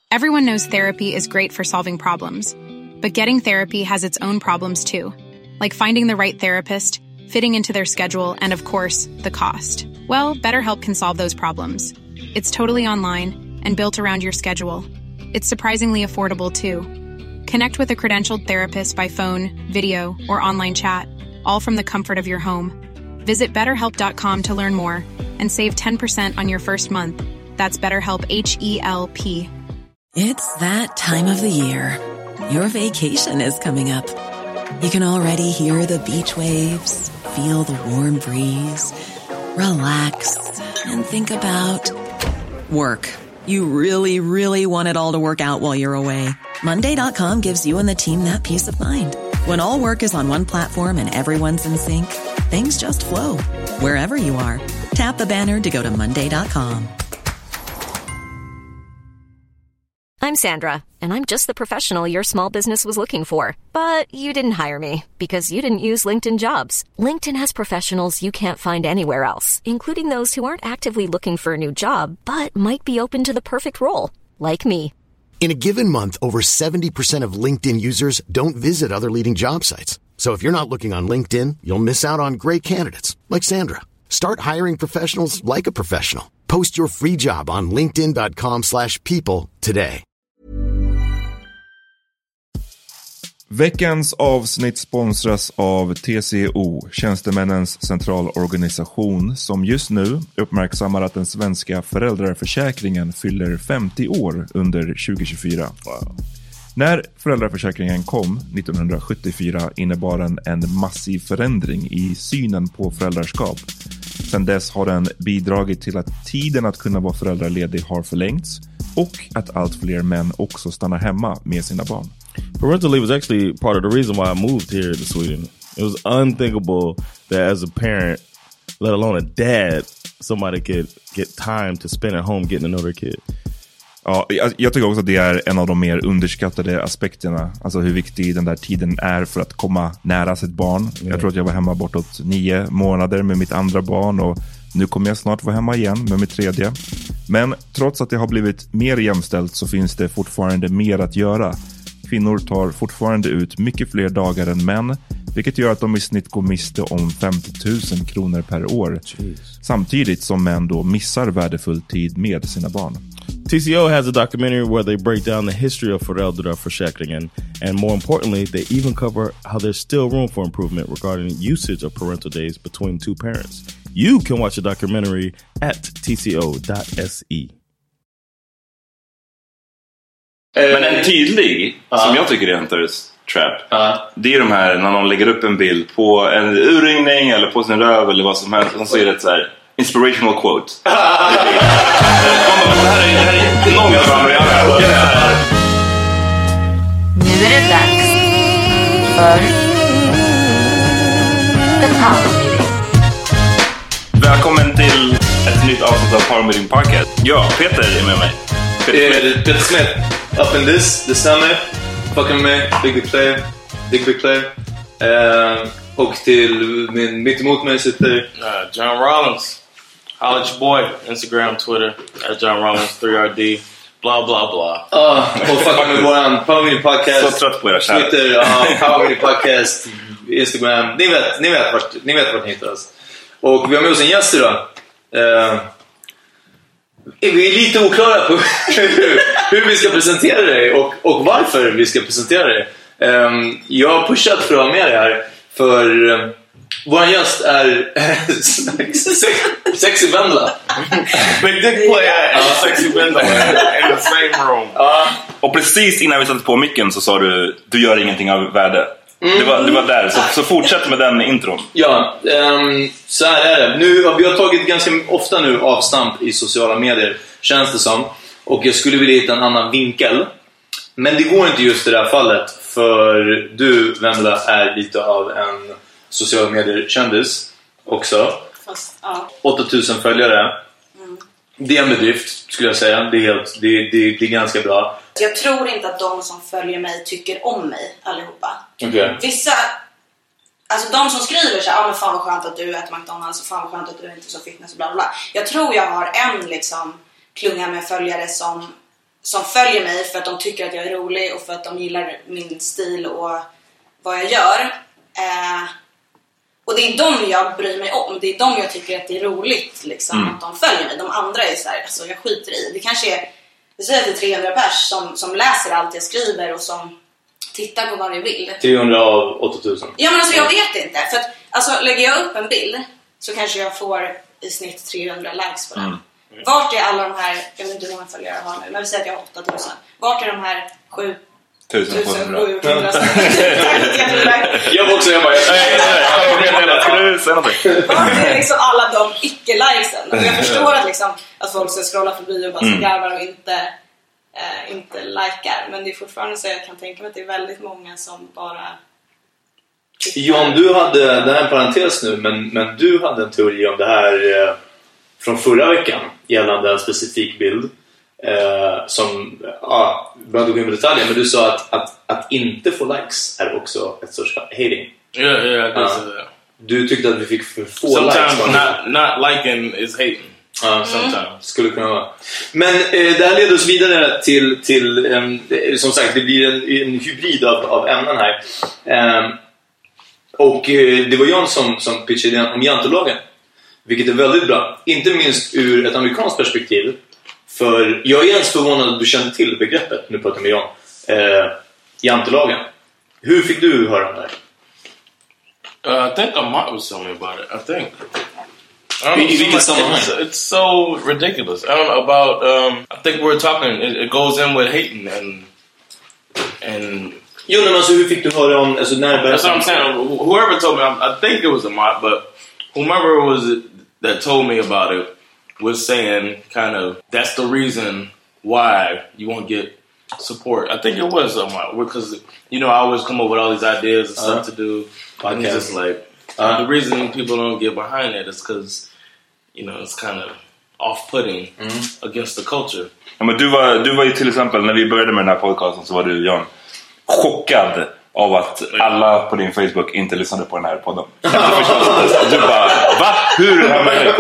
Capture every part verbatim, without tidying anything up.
Everyone knows therapy is great for solving problems, but getting therapy has its own problems too, like finding the right therapist, fitting into their schedule, and of course, the cost. Well, BetterHelp can solve those problems. It's totally online and built around your schedule. It's surprisingly affordable too. Connect with a credentialed therapist by phone, video, or online chat, all from the comfort of your home. Visit better help dot com to learn more and save ten percent on your first month. That's BetterHelp, H E L P. It's that time of the year. Your vacation is coming up. You can already hear the beach waves, feel the warm breeze, relax, and think about work. You really, really want it all to work out while you're away. Monday dot com gives you and the team that peace of mind. When all work is on one platform and everyone's in sync, things just flow. Wherever you are, tap the banner to go to Monday dot com. I'm Sandra, and I'm just the professional your small business was looking for. But you didn't hire me because you didn't use LinkedIn Jobs. LinkedIn has professionals you can't find anywhere else, including those who aren't actively looking for a new job, but might be open to the perfect role, like me. In a given month, over seventy percent of LinkedIn users don't visit other leading job sites. So if you're not looking on LinkedIn, you'll miss out on great candidates, like Sandra. Start hiring professionals like a professional. Post your free job on linkedin dot com slash people today. Veckans avsnitt sponsras av T C O, Tjänstemännens centralorganisation, som just nu uppmärksammar att den svenska föräldraförsäkringen fyller femtio år under tjugo tjugofyra. Wow. När föräldraförsäkringen kom nittonhundrasjuttiofyra innebar den en massiv förändring i synen på föräldraskap. Sedan dess har den bidragit till att tiden att kunna vara föräldraledig har förlängts och att allt fler män också stannar hemma med sina barn. Parental leave was actually part of the reason why I moved here to Sweden. It was unthinkable that as a parent, let alone a dad, somebody could get time to spend at home getting to know their kid. Ja, jag, jag tycker också att det är en av de mer underskattade aspekterna. Alltså hur viktig den där tiden är för att komma nära sitt barn. Mm. Jag tror att jag var hemma bortåt nio månader med mitt andra barn och nu kommer jag snart vara hemma igen med mitt tredje. Men trots att det har blivit mer jämställt så finns det fortfarande mer att göra. Kvinnor tar fortfarande ut mycket fler dagar än män, vilket gör att de i snitt går miste om femtio tusen kronor per år. Jeez. Samtidigt som män då missar värdefull tid med sina barn. T C O has a documentary where they break down the history of föräldraförsäkringen, and more importantly, they even cover how there's still room for improvement regarding usage of parental days between two parents. You can watch the documentary at t c o dot s e. Men en tydlig, uh. som jag tycker är Hunters trap, uh. det är de här när någon lägger upp en bild på en urringning eller på sin röv eller vad som helst, och så är det ett så här inspirational quote. Det här är, det här är jättelånga varandra. Nu är det dags för The Power Meeting. Välkommen till ett nytt avsnitt av Power Meeting Podcast. Ja, Peter är med mig. Peter Smith. Peter Smith. Up in this, this summer. Fucking med, big big player. Big big player. Uh, och till min, mitt emot mig sitter uh, John Rollins. Holla at your boy. Instagram, Twitter. At John Rollins three R D. Blah blah blah. Uh, och fucking med våran Power Meeting Podcast. Så trött på era kärlek. Twitter, uh, Power Meeting Podcast. Instagram. Ni vet, ni vet vart, ni vet vart ni hittar oss. Och vi har med oss en gäst idag. Uh, vi är lite oklara på hur, hur vi ska presentera dig och, och varför vi ska presentera dig. Um, jag har pushat för att ha med det här. För um, vår gäst är Sexy Vendla. Big dick player and Sexy Vendla in the same room. Uh, och precis innan vi satte på micken så sa du, du gör ingenting av värde. Mm. Det, var, det var där, så, så fortsätt med den intron. Ja, um, så här är det nu, vi har tagit ganska ofta nu avstamp i sociala medier, känns det som. Och jag skulle vilja hitta en annan vinkel. Men det går inte just i det här fallet. För du, Vendla, är lite av en sociala medier-kändis också. Fast, ja. åtta tusen följare. Mm. Det är en bedrift, skulle jag säga. Det är, helt, det, det, det är ganska bra. Jag tror inte att de som följer mig tycker om mig allihopa. Okay. Vissa, alltså de som skriver så här, ah, men fan vad skönt att du äter McDonalds och fan vad skönt att du är inte så fitness och bla bla. Jag tror jag har en liksom klunga med följare som som följer mig för att de tycker att jag är rolig och för att de gillar min stil och vad jag gör. Eh, och det är de jag bryr mig om. Det är de jag tycker att det är roligt liksom, mm. att de följer mig. De andra är så här, alltså jag skiter i. Det kanske är, det säger att det är trehundra pers som, som läser allt jag skriver och som tittar på vad jag vill. trehundra av åttatusen. Ja, men alltså jag vet inte. För att alltså, lägger jag upp en bild så kanske jag får i snitt trehundra likes på den. Mm. Vart är alla de här, jag vet inte hur många följare jag har nu, men vi säger att jag har åttatusen. Vart är de här sju tusen sjuhundra? Jag var också, jag bara, vart är liksom alla de icke-likesen? Jag förstår att, liksom, att folk ska scrolla förbi och bara mm. garvar och inte, äh, inte likar. Men det är fortfarande så jag kan tänka mig att det är väldigt många som bara... John, du hade, det här är en parentes nu, men, men du hade en teori om det här eh, från förra veckan gällande en specifik bild eh, som, ja, behöver gå in på detaljer, men du sa att, att, att inte få likes är också ett sorts hating. Ja, yeah, ja, yeah, uh, du tyckte att vi fick för få sometimes likes. Sometimes not, not liking is hating. Uh, sometimes. Skulle kunna vara. Men eh, det här leder oss vidare till, till en, som sagt, det blir en, en hybrid av, av ämnen här. Um, Och eh, det var John som, som pitchade idén om jantelagen. Vilket är väldigt bra. Inte minst ur ett amerikanskt perspektiv. För jag är ens förvånad att du kände till begreppet. Nu pratar jag med John. Eh, jantelagen. Hur fick du höra om det här? Uh, I think Amat was telling me about it. I think. I don't know, so much, it's, it's so ridiculous. I don't know about... Um, I think we're talking... It, it goes in with hating and... and Jo, men alltså hur fick du höra om, alltså när började... That's what I'm saying. Whoever told me, I, I think it was Amat, but whomever was it that told me about it was saying kind of, that's the reason why you won't get support. I think it was Amat, because, you know, I always come up with all these ideas and stuff uh, to do. Podcast. And it's just like, uh, the reason people don't get behind it is because, you know, it's kind of off-putting mm. against the culture. Ja, men du var, du var ju till exempel, när vi började med den här podcasten så var du, John, chockad av att alla på din Facebook inte lyssnade på den här podden. Du bara, va? Hur är det här möjligt?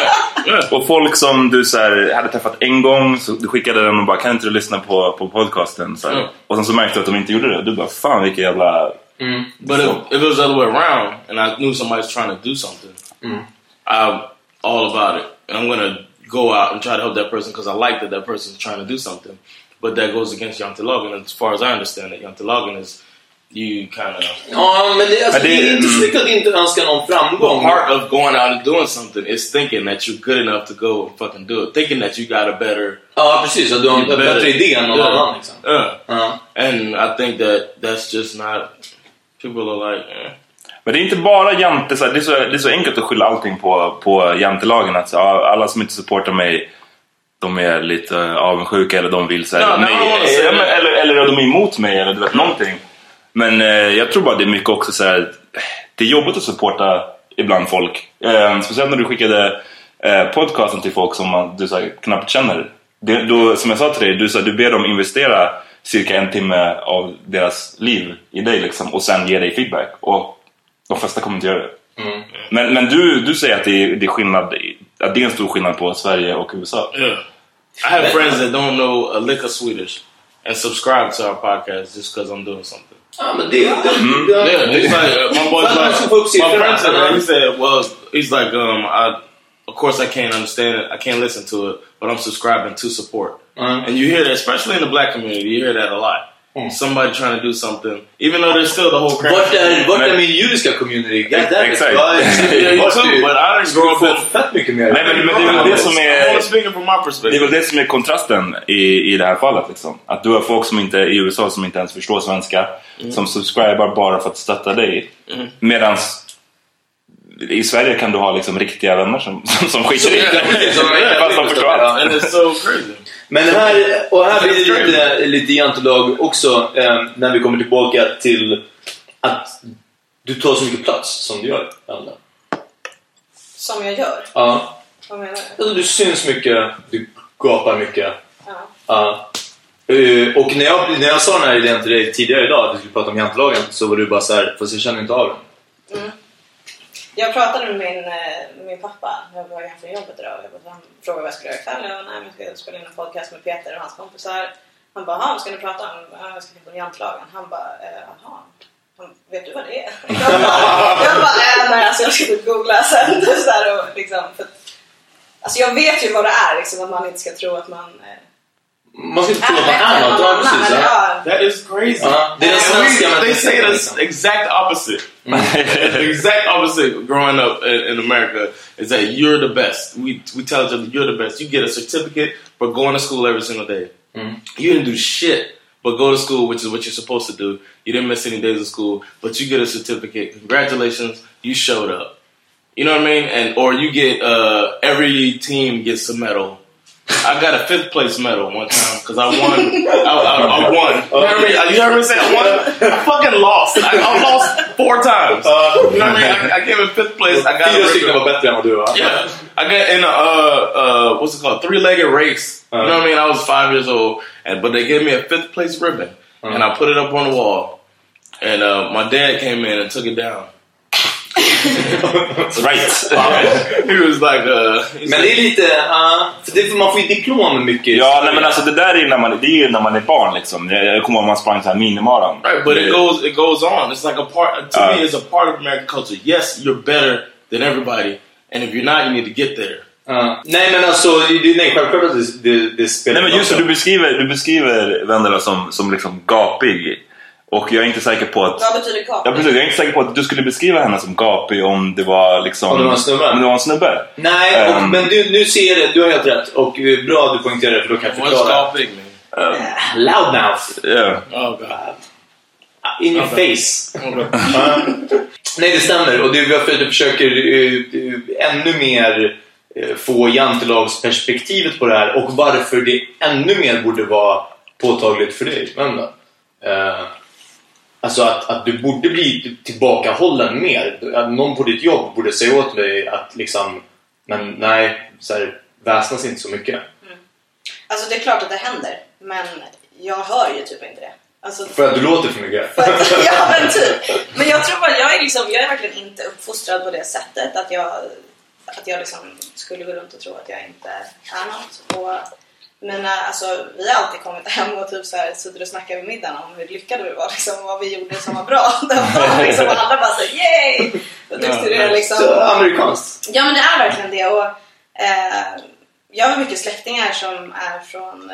Och folk som du så här, hade träffat en gång, så du skickade den och bara, kan inte du lyssna på, på podcasten? Så mm. Och sen så märkte du att de inte gjorde det. Du bara, fan vilka jävla... Mm. But if, if it was the other way around and I knew somebody's trying to do something, mm. I'm all about it. And I'm going to go out and try to help that person because I like that that person's trying to do something. But that goes against jantelagen. As far as I understand it, jantelagen is you kind of... Ja, men det, alltså, det är inte så mycket att inte önska någon framgång. Part of going out and doing something is thinking that you're good enough to go and fucking do it. Thinking that you got a better... Ja, precis. Att du har en bättre idé än någon yeah. annan. Liksom. Yeah. Uh-huh. And I think that that's just not... People are like... Eh. Men det är inte bara jante... Så det, är så, det är så enkelt att skylla allting på, på jantelagen. Att så, alla som inte supportar mig... De är lite avundsjuka eller de vill säga no, mig no, eller, eller, eller de är emot mig eller du vet någonting. Men eh, jag tror bara det är mycket också så här, det är jobbigt att supporta ibland folk. Eh, speciellt när du skickade eh, podcasten till folk som man, du så här, knappt känner. Det, då, som jag sa till dig, du, så här, du ber dem investera cirka en timme av deras liv i dig liksom, och sen ge dig feedback. Och de flesta kommer inte göra det. Mm. Men, men du, du säger att det är, det är skillnad, att det är en stor skillnad på Sverige och U S A. Yeah. I have friends that don't know a lick of Swedish and subscribe to our podcast just because I'm doing something. Ah, but they, they, mm-hmm. they, yeah, they, it's like uh, my boy's like, my friend said, he said, well, he's like, um, I, of course I can't understand it, I can't listen to it, but I'm subscribing to support. Uh-huh. And you hear that, especially in the black community, you hear that a lot. Mm. Somebody trying to do something, even though there's still the whole crowd. Vart är, vart är min judiska community? God damn it. Exakt. Yeah, you too, but I didn't grow up in fett mycket mer. Nej, men, men det är väl det som är... Speaking from my perspective. Det är väl det som är kontrasten i, i det här fallet liksom. Att du har folk som inte i U S A som inte ens förstår svenska, mm. som subscriber bara för att stötta dig. Mm. Medans i Sverige kan du ha liksom riktiga vänner som, som, som skiter i det. Fast de förstår allt. And it's so crazy. Men här, och här blir det lite, lite jantelag också eh, när vi kommer tillbaka till att du tar så mycket plats som du gör. Anna. Som jag gör? Ja. Vad menar du? Alltså, du syns mycket, du gapar mycket. Ja. Ja. Uh, och när jag, när jag sa den här idén till dig tidigare idag att vi skulle prata om jantelagen, så var du bara så här, fast jag känner inte av den. Mm. Jag pratade med min, med min pappa. Jag var hem från jobbet idag. Och han frågade vad jag skulle göra ikväll. Jag nej, jag ska spela in en podcast med Peter och hans kompisar. Han bara, vad ska ni prata om? Jag ska titta på jantlagen. Han bara, jaha. Vet du vad det är? Jag bara, jag bara äh, nej, alltså jag ska typ googla sen. Så där och liksom, för, alltså jag vet ju vad det är. Liksom, att man inte ska tro att man... Man ska inte tro att man är något. Ja, precis, ja. That is crazy. Uh, det är svenska, they, they say the exact opposite. The exact opposite growing up in, in America is that you're the best. We we tell each other you're the best. You get a certificate for going to school every single day. Mm. You didn't do shit but go to school, which is what you're supposed to do. You didn't miss any days of school, but you get a certificate. Congratulations, you showed up. You know what I mean? And or you get uh, every team gets a medal. I got a fifth place medal one time because I won. I, I, I won. You heard, me, you heard me say I won? I fucking lost. I, I lost four times. Uh, you know what I mean? I, I came in fifth place. I got Fyra stycken var bättre än vad du var. Yeah, I got in a uh, uh, what's it called? Three-legged race. Uh, you know what I mean? I was five years old, and but they gave me a fifth place ribbon, uh, and I put it up on the wall. And uh, my dad came in and took it down. Right. He was like, uh, men det är lite, uh, för det, man får ju diplom mycket. Ja, nej, men alltså det där är när man, det är ju när man är barn liksom. Jag kommer ihåg man sprang så här minimaran. Right, but it goes, it goes on. It's like a part, to uh, me it's a part of American culture. Yes, you're better than everybody, and if you're not, you need to get there. Uh, nej men alltså det, nej, självklart att det, det, det spelar. Nej men just det, du beskriver, du beskriver Vendela som, som liksom gapig. Och jag är inte säker på att... Vad betyder gapig? Jag, precis, jag är inte säker på att du skulle beskriva henne som gapig om det var liksom... Om det var en snubbe? Om det var en snubbe. Nej, och, um, men du, nu ser jag det, du har helt rätt. Och bra att du poängterar det, för då kan jag förklara. What's gapig? Uh, loudmouth. Yeah. Oh god. Uh, in your okay. face. uh, nej, det stämmer. Och det är varför du försöker uh, uh, ännu mer uh, få jantelagsperspektivet på det här. Och varför det ännu mer borde vara påtagligt för dig. Vända. Uh, Alltså att, att du borde bli tillbakahållen mer. Att någon på ditt jobb borde säga åt dig att liksom, men nej, så här, väsnas inte så mycket. Mm. Alltså det är klart att det händer, men jag hör ju typ inte det. Alltså, för att du låter för mycket. För att, ja, men typ. Men jag tror att jag är liksom, jag är verkligen inte uppfostrad på det sättet att jag, att jag liksom skulle gå runt och tro att jag inte är något. Och men alltså, vi har alltid kommit hem och typ så här, suttit och snackat vid middagen om hur lyckade vi var, liksom, vad vi gjorde som var bra. Det var liksom, alla bara så yay! Och tyckte det liksom, så amerikanskt. Ja, men det är verkligen det. Och, eh, jag har mycket släktingar som är från,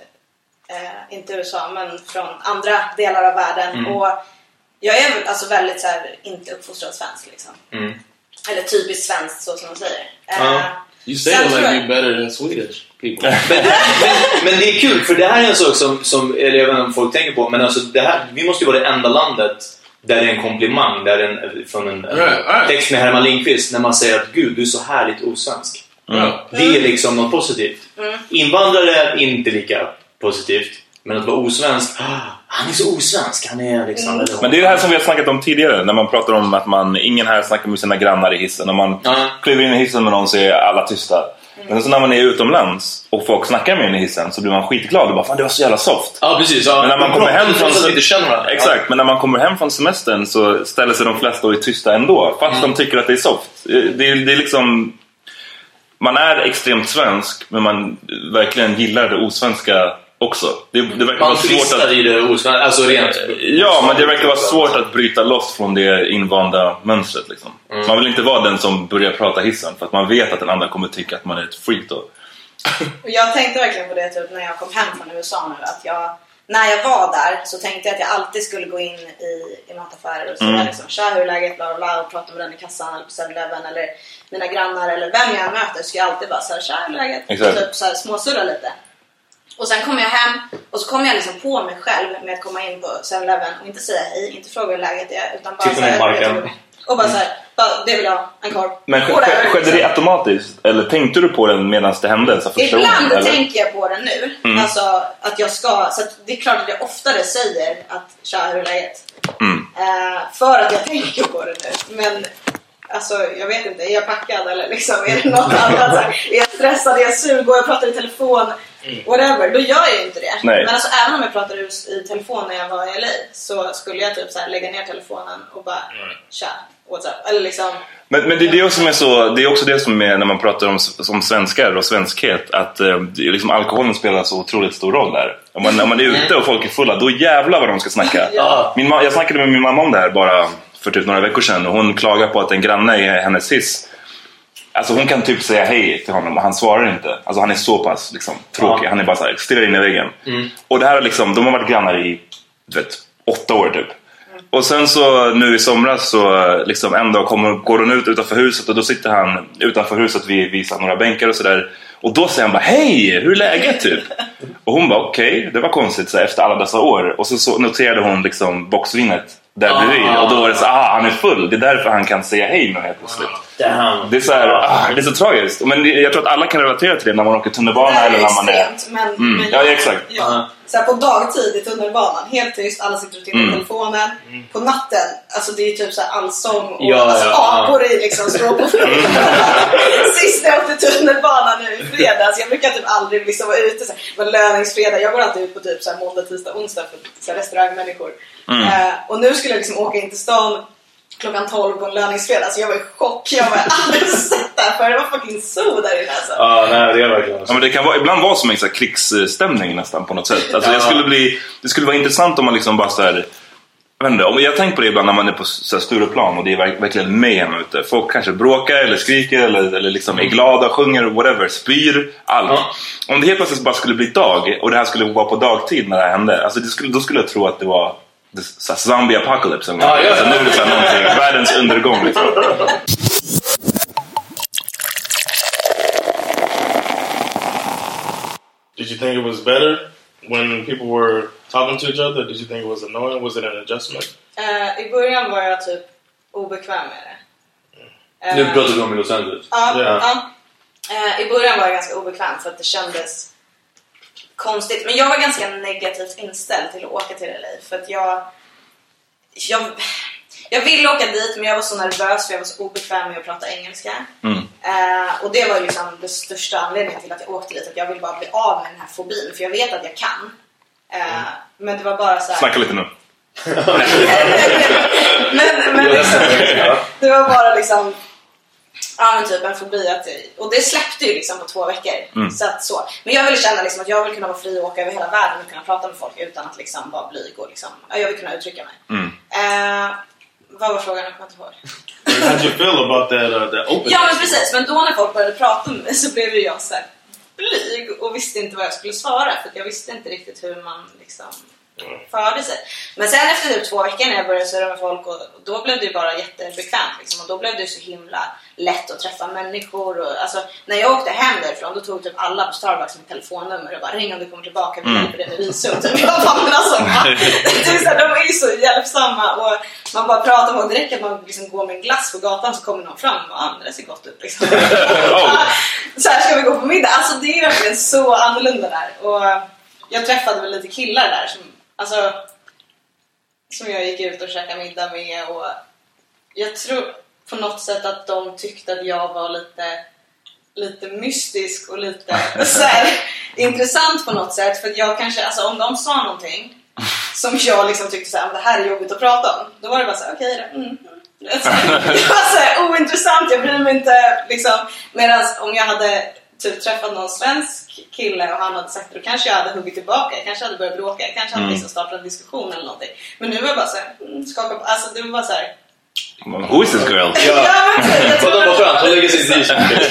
eh, inte U S A, men från andra delar av världen. Mm. Och jag är alltså väldigt så här, inte uppfostrad svensk. Liksom. Mm. Eller typiskt svenskt, så som man säger. Uh. Eh, You say it like you're better than Swedish people. men, men, men det är kul, för det här är en sak som, som eller jag vet inte om folk tänker på, men alltså det här, vi måste ju vara det enda landet där det är en komplimang, där en, från en, en right, right. text med Herman Lindqvist, när man säger att gud, du är så härligt osvensk. Mm. Det är liksom något positivt. Mm. Invandrare är inte lika positivt, men att vara osvensk, ah, han är så osvensk, han är liksom... Mm. Men det är det här som vi har snackat om tidigare, när man pratar om att man, ingen här snackar med sina grannar i hissen. När man mm. kliver in i hissen med någon så är alla tysta. Mm. Men så när man är utomlands och folk snackar med en i hissen så blir man skitglad och bara, fan det var så jävla soft. Ja, precis. Ja. Men när man kommer hem från se- Exakt, ja. Men när man kommer hem från semestern så ställer sig de flesta och är tysta ändå, fast mm. de tycker att det är soft. Det är, det är liksom... Man är extremt svensk, men man verkligen gillar det osvenska också. Det, det verkar vara svårt att... i det osvenska, alltså rent... Ja, men det verkar vara svårt att bryta loss från det invanda mönstret liksom. Mm. Man vill inte vara den som börjar prata hissen, för att man vet att den andra kommer tycka att man är ett freak då. Jag tänkte verkligen på det typ när jag kom hem från U S A nu, att jag, när jag var där så tänkte jag att jag alltid skulle gå in i, i mataffärer och säga mm. liksom, tja, hur är läget, bla, bla, bla, och prata med den i kassan eller på seven eleven eller mina grannar eller vem jag möter, så jag alltid bara så här, tja, hur är läget, och typ så här småsurra lite. Och sen kom jag hem och så kom jag liksom på mig själv med att komma in på seven eleven och inte säga hej, inte fråga hur läget är, utan bara säga och bara såhär, det vill jag ha, en korv. Men sk- skedde det automatiskt? Eller tänkte du på den medan det hände? Så Ibland gången, tänker jag på den nu. Mm. Alltså att jag ska, så att det är klart att jag oftare säger att tja, hur är läget? Mm. Uh, för att jag tänker på det nu. Men alltså, jag vet inte, är jag packad eller liksom, är det något annat? Så här, är jag stressad, är jag sur, går jag pratar i telefon? whatever, då gör jag ju inte det. Nej. Men alltså även om jag pratade just i telefon när jag var i L A, så skulle jag typ så här lägga ner telefonen och bara tja, what's up? Eller liksom. Men, men det, är det, som är så, det är också det som är när man pratar om, om svenskar och svenskhet, att eh, liksom, alkoholen spelar så otroligt stor roll där. Om man, när man är ute och folk är fulla, då jävlar vad de ska snacka. Ja. Min ma- jag snackade med min mamma om det här bara för typ några veckor sedan, och hon klagar på att en granne i hennes hiss, alltså hon kan typ säga hej till honom och han svarar inte. Alltså han är så pass liksom, tråkig. Ja. Han är bara så här, stirrar in i väggen. Mm. Och det här är liksom, de har varit grannar i du vet, åtta år typ. Mm. Och sen så nu i somras så liksom en dag kommer, går hon ut utanför huset, och då sitter han utanför huset vid, vid några bänkar och sådär. Och då säger han bara, hej, hur är läget typ? Och hon bara, okej, okay, det var konstigt så här, efter alla dessa år. Och så, så noterade hon liksom boxvinnet där bredvid. Ah. Och då var det så, ah, han är full. Det är därför han kan säga hej med helt plötsligt. Damn. Det är så här, ah, det är så tragiskt. Men det, jag tror att alla kan relatera till det när man åker tunnelbana eller när man är... Men, mm. men ja, jag, exakt. Ja. Så här, på dagtid i tunnelbanan, helt tyst, alla sitter och tittar mm. på telefonen. Mm. På natten, alltså det är typ så här allsång och ja, alltså, ja, apor i liksom står på sist jag åkte tunnelbanan nu i fredags. Jag brukar typ aldrig liksom vara ute så här, det var löningsfredag. Jag går alltid ut på typ så här måndag, tisdag, onsdag för så här, restaurangmänniskor. Mm. Uh, och nu skulle jag liksom åka in till stan klockan tolv på en löningsfredag, så jag var i chock. Jag var aldrig sett där för det var fucking så där inne alltså. Ja, nej, det är verkligen. Ja, men det kan vara, ibland vara som en sån här krigsstämning nästan på något sätt. Alltså, ja. jag skulle bli, det skulle vara intressant om man liksom bara så här, jag vet inte, om jag tänker på det ibland när man är på så här Stureplan och det är verkligen med hemma ute. Folk kanske bråkar eller skriker eller, eller liksom är glada, sjunger, whatever, spyr, allt. Ja. Om det helt plötsligt bara skulle bli dag och det här skulle vara på dagtid när det här hände, alltså det skulle, då skulle jag tro att det var så zombie apocalypse eller ah, ja, alltså, ja. nu är det så här någonting, världens undergång liksom. Did you think it was better when people were talking to each other? Did you think it was annoying? Was it an adjustment? Uh, I början var jag typ obekväm med det. Uh, nu pratar du om i Los Angeles. Ja, yeah. ja. Uh, I början var jag ganska obekväm för att det kändes konstigt. Men jag var ganska negativt inställd till att åka till L A. För att jag, jag, jag ville åka dit, men jag var så nervös för jag var så obekväm med att prata engelska. Mm. Uh, och det var liksom den största anledningen till att jag åkte dit. Att jag ville bara bli av med den här fobin. För jag vet att jag kan. Uh, mm. Men det var bara så här... Snacka lite nu. men men liksom, det var bara liksom... Ja, men typ en fobi att, och det släppte ju liksom på två veckor. Mm. Så att så. Men jag ville känna liksom att jag vill kunna vara fri och åka över hela världen och kunna prata med folk utan att liksom vara blyg och liksom, jag vill kunna uttrycka mig. Mm. Uh, vad var frågan? Jag kommer inte ihåg. How did you feel about that, uh, that open? Ja, men precis. Men då när folk började prata med mig så blev jag så här blyg och visste inte vad jag skulle svara, för jag visste inte riktigt hur man liksom förde sig. Men sen efter typ två veckor när jag började surra med folk, och då blev det ju bara jättebekvämt liksom, och då blev det så himla lätt att träffa människor. Och, alltså, när jag åkte hem därifrån, då tog typ alla på Starbucks med telefonnummer och bara, ring om du kommer tillbaka, vi hjälper dig med visum. Typ. Jag bara, men alltså, det är så här, de är ju så hjälpsamma och man bara pratar om, och direkt att man liksom går med en glass på gatan så kommer någon fram och ah, det ser gott ut liksom. Så här ska vi gå på middag. Alltså det är verkligen så annorlunda där. Och jag träffade väl lite killar där som, alltså, som jag gick ut och käkade middag med, och jag tror på något sätt att de tyckte att jag var lite lite mystisk och lite så här, intressant på något sätt, för att jag kanske, alltså om de sa någonting som jag liksom tyckte så här, det här är jobbigt att prata om, då var det bara så här, okej okay, mm, det var så här ointressant, jag bryr mig inte liksom, medan om jag hade typ träffat någon svensk kille och han hade sagt det, då kanske jag hade huggit tillbaka, jag kanske hade börjat bråka, jag kanske hade liksom startat en diskussion eller någonting. Men nu var jag bara så här, mm, skaka på, alltså det var bara så här. Who is this girl? Ja, vad de var skönt, hon lägger sig i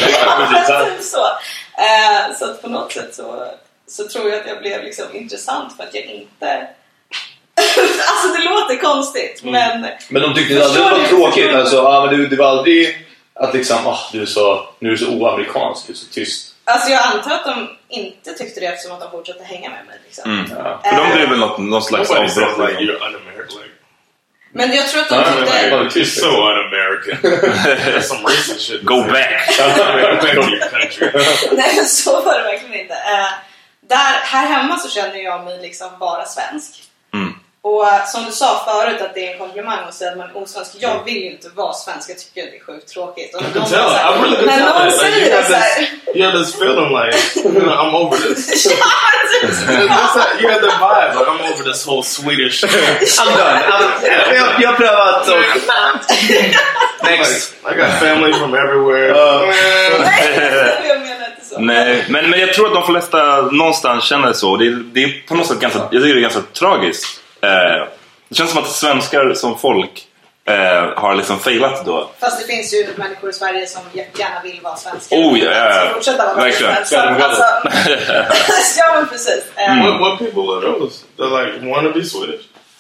så. Uh, så att på något sätt så, så tror jag att jag blev liksom intressant för att jag inte alltså det låter konstigt, mm. men men de tyckte att det var tråkigt, alltså, ja, men det, det var aldrig att liksom, oh, du är så, nu är du så oamerikansk, du är så tyst. Alltså jag antar att de inte tyckte det eftersom att de fortsatte hänga med mig liksom. Mm. Ja. För de blev väl något, något slags avbrott. Like, you're un-American. Like. Men jag tror att de tyckte... No, no, no, you're so un-American. That's some racist shit. Go back! Go back to your country. Nej, men så var det verkligen inte. Uh, där, här hemma så känner jag mig liksom bara svensk. Mm. Och Och som du sa förut att det är en komplimang att säga att man är osvensk. Jag vill ju inte vara svensk, jag tycker det är sjukt tråkigt. Och I can tell. I really can när tell. någon Like, säger you, det have så här. this, you have this feeling like, you know, I'm over this. Ja, You have the vibe, like I'm over this whole Swedish. I'm done. I'm, jag, jag har prövat och... Next. Like, I got family from everywhere. jag menar inte så. Nej, men, men jag tror att de flesta någonstans känner så. Det är, det är på något sätt ganska, jag tycker det är ganska tragiskt. Eh, det känns som att svenskar som folk eh, har liksom failat då. Fast det finns ju människor i Sverige som gärna vill vara svenskar. Oh ja, ja. Så fortsätta vara Verkligen. svenskar. Alltså, ja men precis. Mm. Eh, What, what people are those? They're like, want to be Swedish?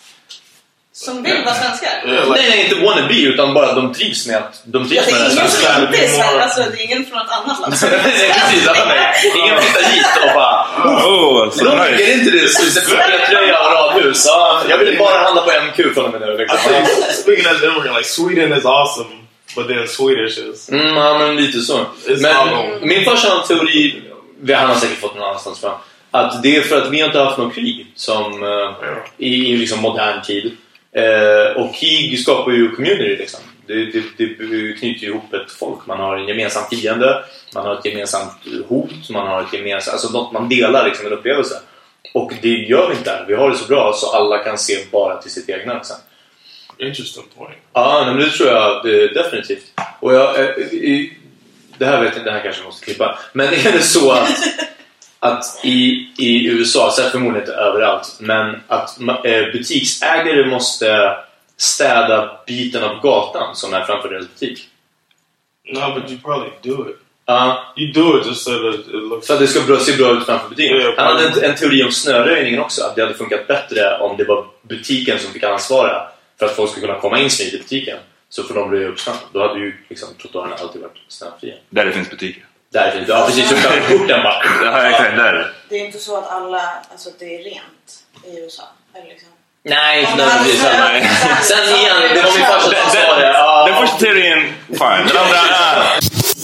som vill vara svenskar. Yeah, like, Nej, nej, inte wannabe utan bara de trivs med att de trivs Ja, det är med ingen det som svenska. inte är svensk. Alltså det är ingen från något annat land. Nej, precis. Ja, nej. Ingen flyttar hit och bara... Oh, så De nice. tycker inte det. Tröja och radhus. Ja, jag vill bara handla på M Q från och med nu. I Liksom. think, speaking as immigrant, like Sweden is awesome, but then Swedish is... Mm, ja, men lite så. Men min farsa har en teori, vi han har säkert fått någon annanstans fram, att det är för att vi inte har haft någon krig som uh, i, i liksom modern tid. Uh, och krig skapar ju community liksom. Det, det, det knyter ihop ett folk. Man har en gemensam fiende, man har ett gemensamt hot, man har ett gemensamt, alltså något man delar liksom, en upplevelse. Och det gör vi inte där. Vi har det så bra så alla kan se bara till sitt egna liksom. Interesting point. Ja, men det tror jag det, definitivt. Och jag, eh, i, det här vet jag, det här kanske jag måste klippa. Men är det så att, att i, i U S A, så är det förmodligen inte överallt, men att eh, butiksägare måste städa biten av gatan som är framför deras butik? No, but you probably do it. Ja. You do it just so that it looks... Så att det ska bra, se bra ut framför butiken. Yeah, Han hade en, en teori om snöröjningen också, att det hade funkat bättre om det var butiken som fick ansvara för att folk skulle kunna komma in smidigt i butiken. Så får de bli uppsnabb. Då hade ju liksom trottoarerna alltid varit snöfria. Där det finns butiker. Där finns det, ja precis, så kan vi porten bara. Ja, exakt, där. Det är inte så att alla, alltså att det är rent i U S A. Eller liksom. Nej, inte Om det hade nödvändigtvis. snöat, Nej. så här, Sen igen, det var min farsa som Den, sa det. den, Ja. den första teorin, fine. Den andra, ah.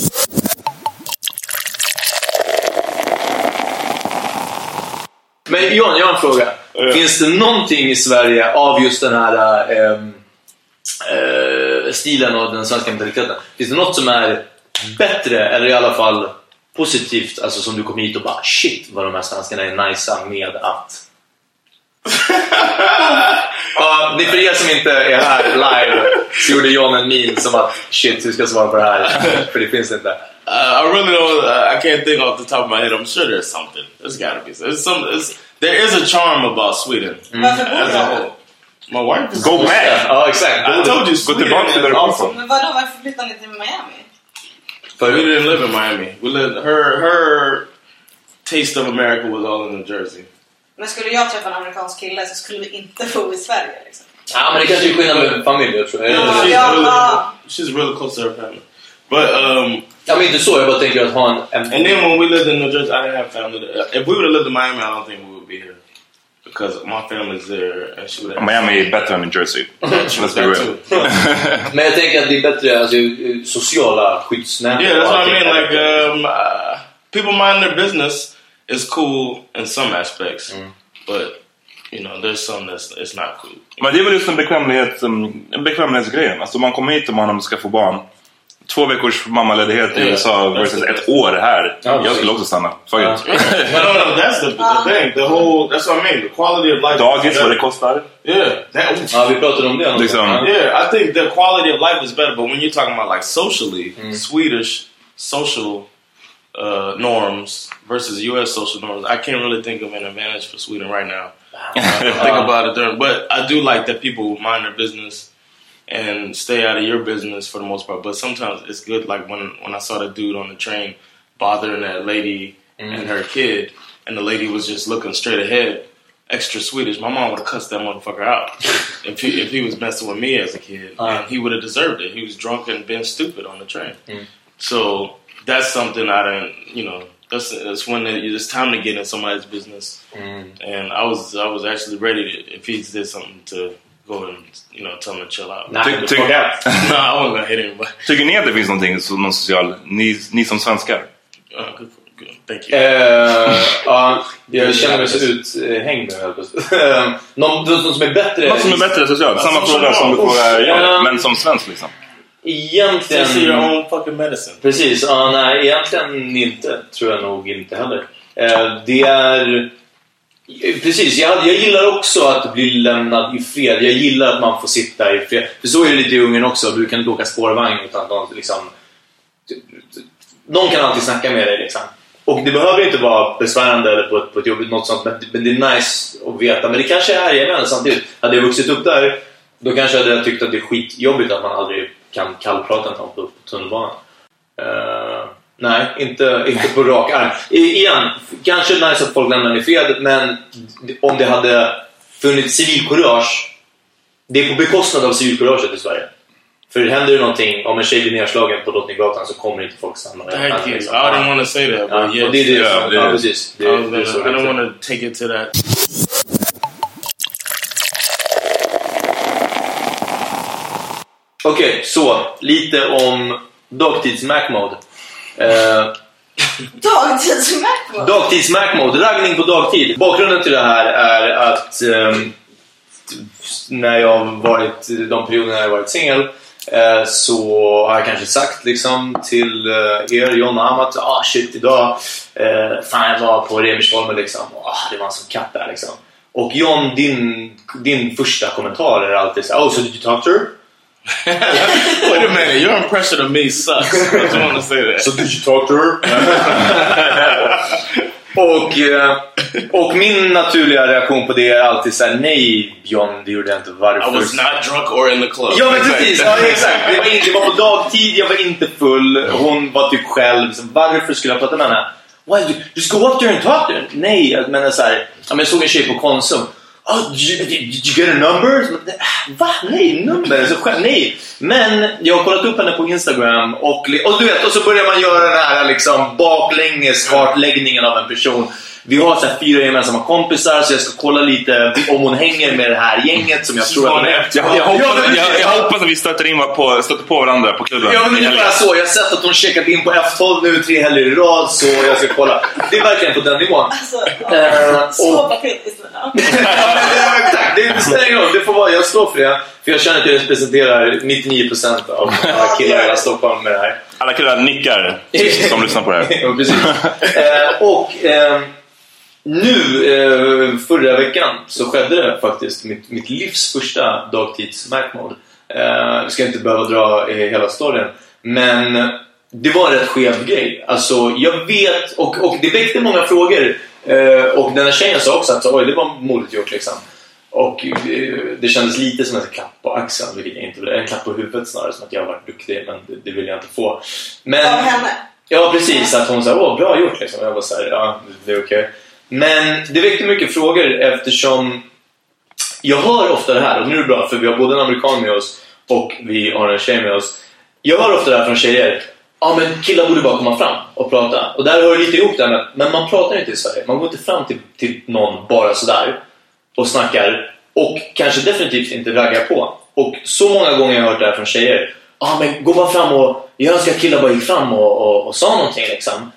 Men Johan, jag har en fråga. Ja. Finns det någonting i Sverige av just den här ähm, äh, stilen och den svenska mentaliteten? Finns det något som är bättre eller i alla fall positivt? Alltså som du kom hit och bara shit vad de här svenskarna är nice med att... Ja, ni för er som inte är här live så gjorde John en min som att shit, hur ska jag svara på det här? För det finns inte. Uh, I really don't. Uh, I can't think off the top of my head. I'm sure there's something. There's gotta be. There's some. It's, there is a charm about Sweden Varför bor as du a här? whole. My wife is Go back! Ja, exakt. I told you, Sweden tillbaka till is där du kom awesome. från. Men vadå, varför flyttar ni till Miami? But we didn't live in Miami. We lived. Her her taste of America was all in New Jersey. Men skulle jag träffa en amerikansk kille så skulle vi inte bo i Sverige liksom. Ja, men det kanske är skillnad med familj, jag tror jag. Ja. She's, Ja. really, she's really close to her family. But um, Ja, men inte så, jag bara tänker att ha en... en and then when we lived in New Jersey, I didn't have family. There. If we would have lived in Miami, I don't think we would be here because my family's there, and she would have. Miami är bättre än New Jersey. Let's be That real. too. Men jag tänker att det är bättre, alltså, sociala skyddsnät. Yeah, that's och what I allting. mean. Like, um, uh, people mind their business is cool in some aspects, but you know, there's some that's it's not cool. Men det är väl just en bekvämlighet, en bekvämlighetsgrejen. Alltså man kommer hit om man ska få barn. Två veckors mammaledighet i U S A versus ett år här. Jag skulle också stanna. Fuck it. No, no, no, that's the, the thing. The whole, that's what I mean. The quality of life. Dagis, vad det kostar. Yeah. That, Ja, vi pratade om det. Liksom. yeah, I think the quality of life is better, but when you're talking about like socially, Swedish social uh, norms versus U S social norms, I can't really think of an advantage for Sweden right now. I think about it there, but I do like that people mind their business and stay out of your business for the most part. But sometimes it's good, like when when I saw the dude on the train bothering that lady and her kid, and the lady was just looking straight ahead, extra Swedish. My mom would have cussed that motherfucker out if he if he was messing with me as a kid, and he would have deserved it. He was drunk and being stupid on the train. So that's something I didn't, you know. That's, that's when it, it's time to get in somebody's business, and I was I was actually ready to, if he did something to go and you know tell him to chill out. Nej, Ty- det ty- får jag. No, I wasn't gonna hit anybody. Tycker ni att det finns någonting som någon social, ni, ni som svenskar? Uh, good, Thank you. Uh, uh, jag känner mig så uthängd nu. Någon, någon som är bättre. Någon som är bättre socialt. Samma fråga som du frågar jag, men som svensk liksom. Egentligen... This is your own fucking medicine. Precis, ja, nej, egentligen inte. Tror jag nog inte heller. Uh, det är... Precis, jag, jag gillar också att bli lämnad i fred. Jag gillar att man får sitta i fred. För så är det lite i Ungern också. Du kan inte åka spårvagn utan att någon liksom... Någon kan alltid snacka med dig liksom. Och det behöver inte vara besvärande eller på ett, på ett jobbigt något sånt, men, men det är nice att veta. Men det kanske är jag samtidigt. Hade jag vuxit upp där, då kanske hade jag tyckt att det är skitjobbigt att man aldrig kan kallprata någon på, på tunnelbanan. Uh, nej, inte, inte på rak arm. I, igen, kanske nice att folk lämnar i fred, men om det hade funnits civilkurage, det är på bekostnad av civilkuraget i Sverige. För händer det någonting, om en tjej blir nedslagen på Drottninggatan så kommer inte folk stanna. Thank you. I didn't want to say that, but ja, yes. Det är det, yeah, ja, det precis. Det, I, det är gonna, så I don't want to take it to that. Okej, okay, så lite om dagtids-Mac mode. Eh, Dagtids-Mac mode? Dagtids-Mac mode, raggning på dagtid. Bakgrunden till det här är att eh, när jag varit, de perioderna jag har varit singel, eh, så har jag kanske sagt liksom till eh, er, John och Amat, ah shit idag, eh, fan jag var på Remersholmen liksom, ah det var en sån katt där liksom. Och John, din, din första kommentar är alltid så, oh so did you talk to her? Wait a minute, your impression of me sucks. I just want to say that. So did you talk to her? och, och min naturliga reaktion på det är alltid så här: nej Björn, det gjorde jag inte. Varför? I was not drunk or in the club. Ja men precis, ja, exakt. Det var, inte, det var på dagtid, jag var inte full. Hon var typ själv. Så varför skulle jag prata med henne? Why, just go up there and talk to her. Nej, jag menar så här, jag såg en tjej på Konsum. Oh, did you, did you get a number? Va? Nej, nummer? Så själv, nej. Men jag har kollat upp henne på Instagram och, och du vet, och så börjar man göra den här liksom baklänges kartläggningen av en person. Vi har så här fyra gemensamma kompisar, så jag ska kolla lite om hon hänger med det här gänget som jag tror att hon är. Jag, jag, hoppas, jag, jag hoppas att vi stöter, in på, stöter på varandra på klubben. Ja, men det är bara så. Jag har sett att hon checkat in på F tolv nu tre helger i rad, så jag ska kolla. Det är verkligen på den nivån. Alltså, uh, så patetiskt. Tack, det spelar ingen roll. Det får vara, jag står för det. För jag känner att jag representerar nittionio procent av alla killar i hela Stockholm med det här. Alla killar nickar som lyssnar på det här. Ja, precis. uh, och... Uh, Nu, eh, förra veckan så skedde det faktiskt mitt, mitt livs första dagtids-Mac mode. Eh, vi ska inte behöva dra eh, hela storyn, men det var en rätt skev grej. Alltså, jag vet, och, och det väckte många frågor. Eh, och den här tjejen sa också att oj, det var modigt gjort liksom. Och eh, det kändes lite som en klapp på axeln, vilket jag inte ville. En klapp på huvudet snarare, som att jag har varit duktig, men det, det vill jag inte få. Men, av henne? Ja, precis. Att hon sa, åh, bra gjort liksom. Jag var så här, ja, det är okej. Okay. Men det väckte mycket frågor eftersom jag hör ofta det här, och nu är det bra för vi har både en amerikan med oss och vi har en tjej med oss. Jag hör ofta det här från tjejer: ja men killar borde bara komma fram och prata. Och där hör lite ihop det med, men man pratar inte i Sverige. Man går inte fram till, till någon bara sådär och snackar, och kanske definitivt inte raggar på. Och så många gånger jag har hört det här från tjejer: ja men gå bara fram, och jag önskar att killar bara gick fram och, och, och sa någonting liksom.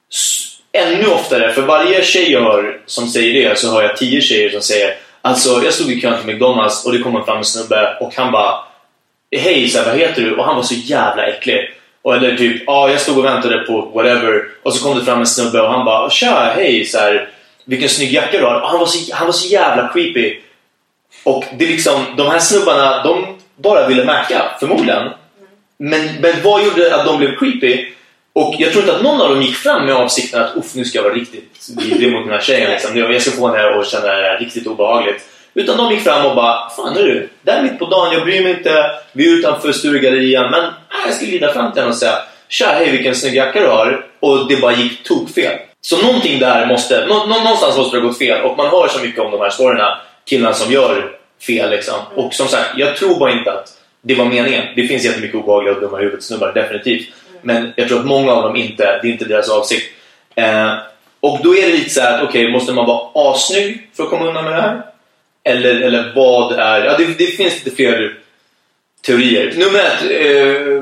Ännu oftare, för varje tjej jag hör som säger det, så har jag tio tjejer som säger: alltså jag stod i kön till McDonalds och det kom fram en snubbe och han bara, hej, så här, vad heter du? Och han var så jävla äcklig. Och eller typ, ja, jag stod och väntade på whatever, och så kom det fram en snubbe och han bara, tja, hej, så här, vilken snygg jacka du har. Och han var så, han var så jävla creepy. Och det är liksom, de här snubbarna, de bara ville märka, förmodligen. Men, men vad gjorde att de blev creepy? Och jag tror inte att någon av dem gick fram med avsikten att uff, nu ska jag vara riktigt vidrig mot den här tjejen liksom. Jag ska få henne att känna det här riktigt obehagligt. Utan de gick fram och bara, fan är du? Där mitt på dagen, jag bryr mig inte. Vi är utanför Sturegallerian, men äh, jag ska glida fram till henne och säga, tja, hej, vilken snygg jacka du har. Och det bara gick tokfel. Så någonting där måste, nå, någonstans måste det ha gått fel. Och man hör så mycket om de här storyna, killarna som gör fel liksom. Och som sagt, jag tror bara inte att det var meningen. Det finns jättemycket obehagliga och dumma huvudsnubbar, definitivt. Men jag tror att många av dem inte, det är inte deras avsikt. Eh, och då är det lite så här att okej, okay, måste man vara asnygg för att komma undan med det här? Eller, eller vad är... Ja, det, det finns lite fler teorier. Nummer ett, eh,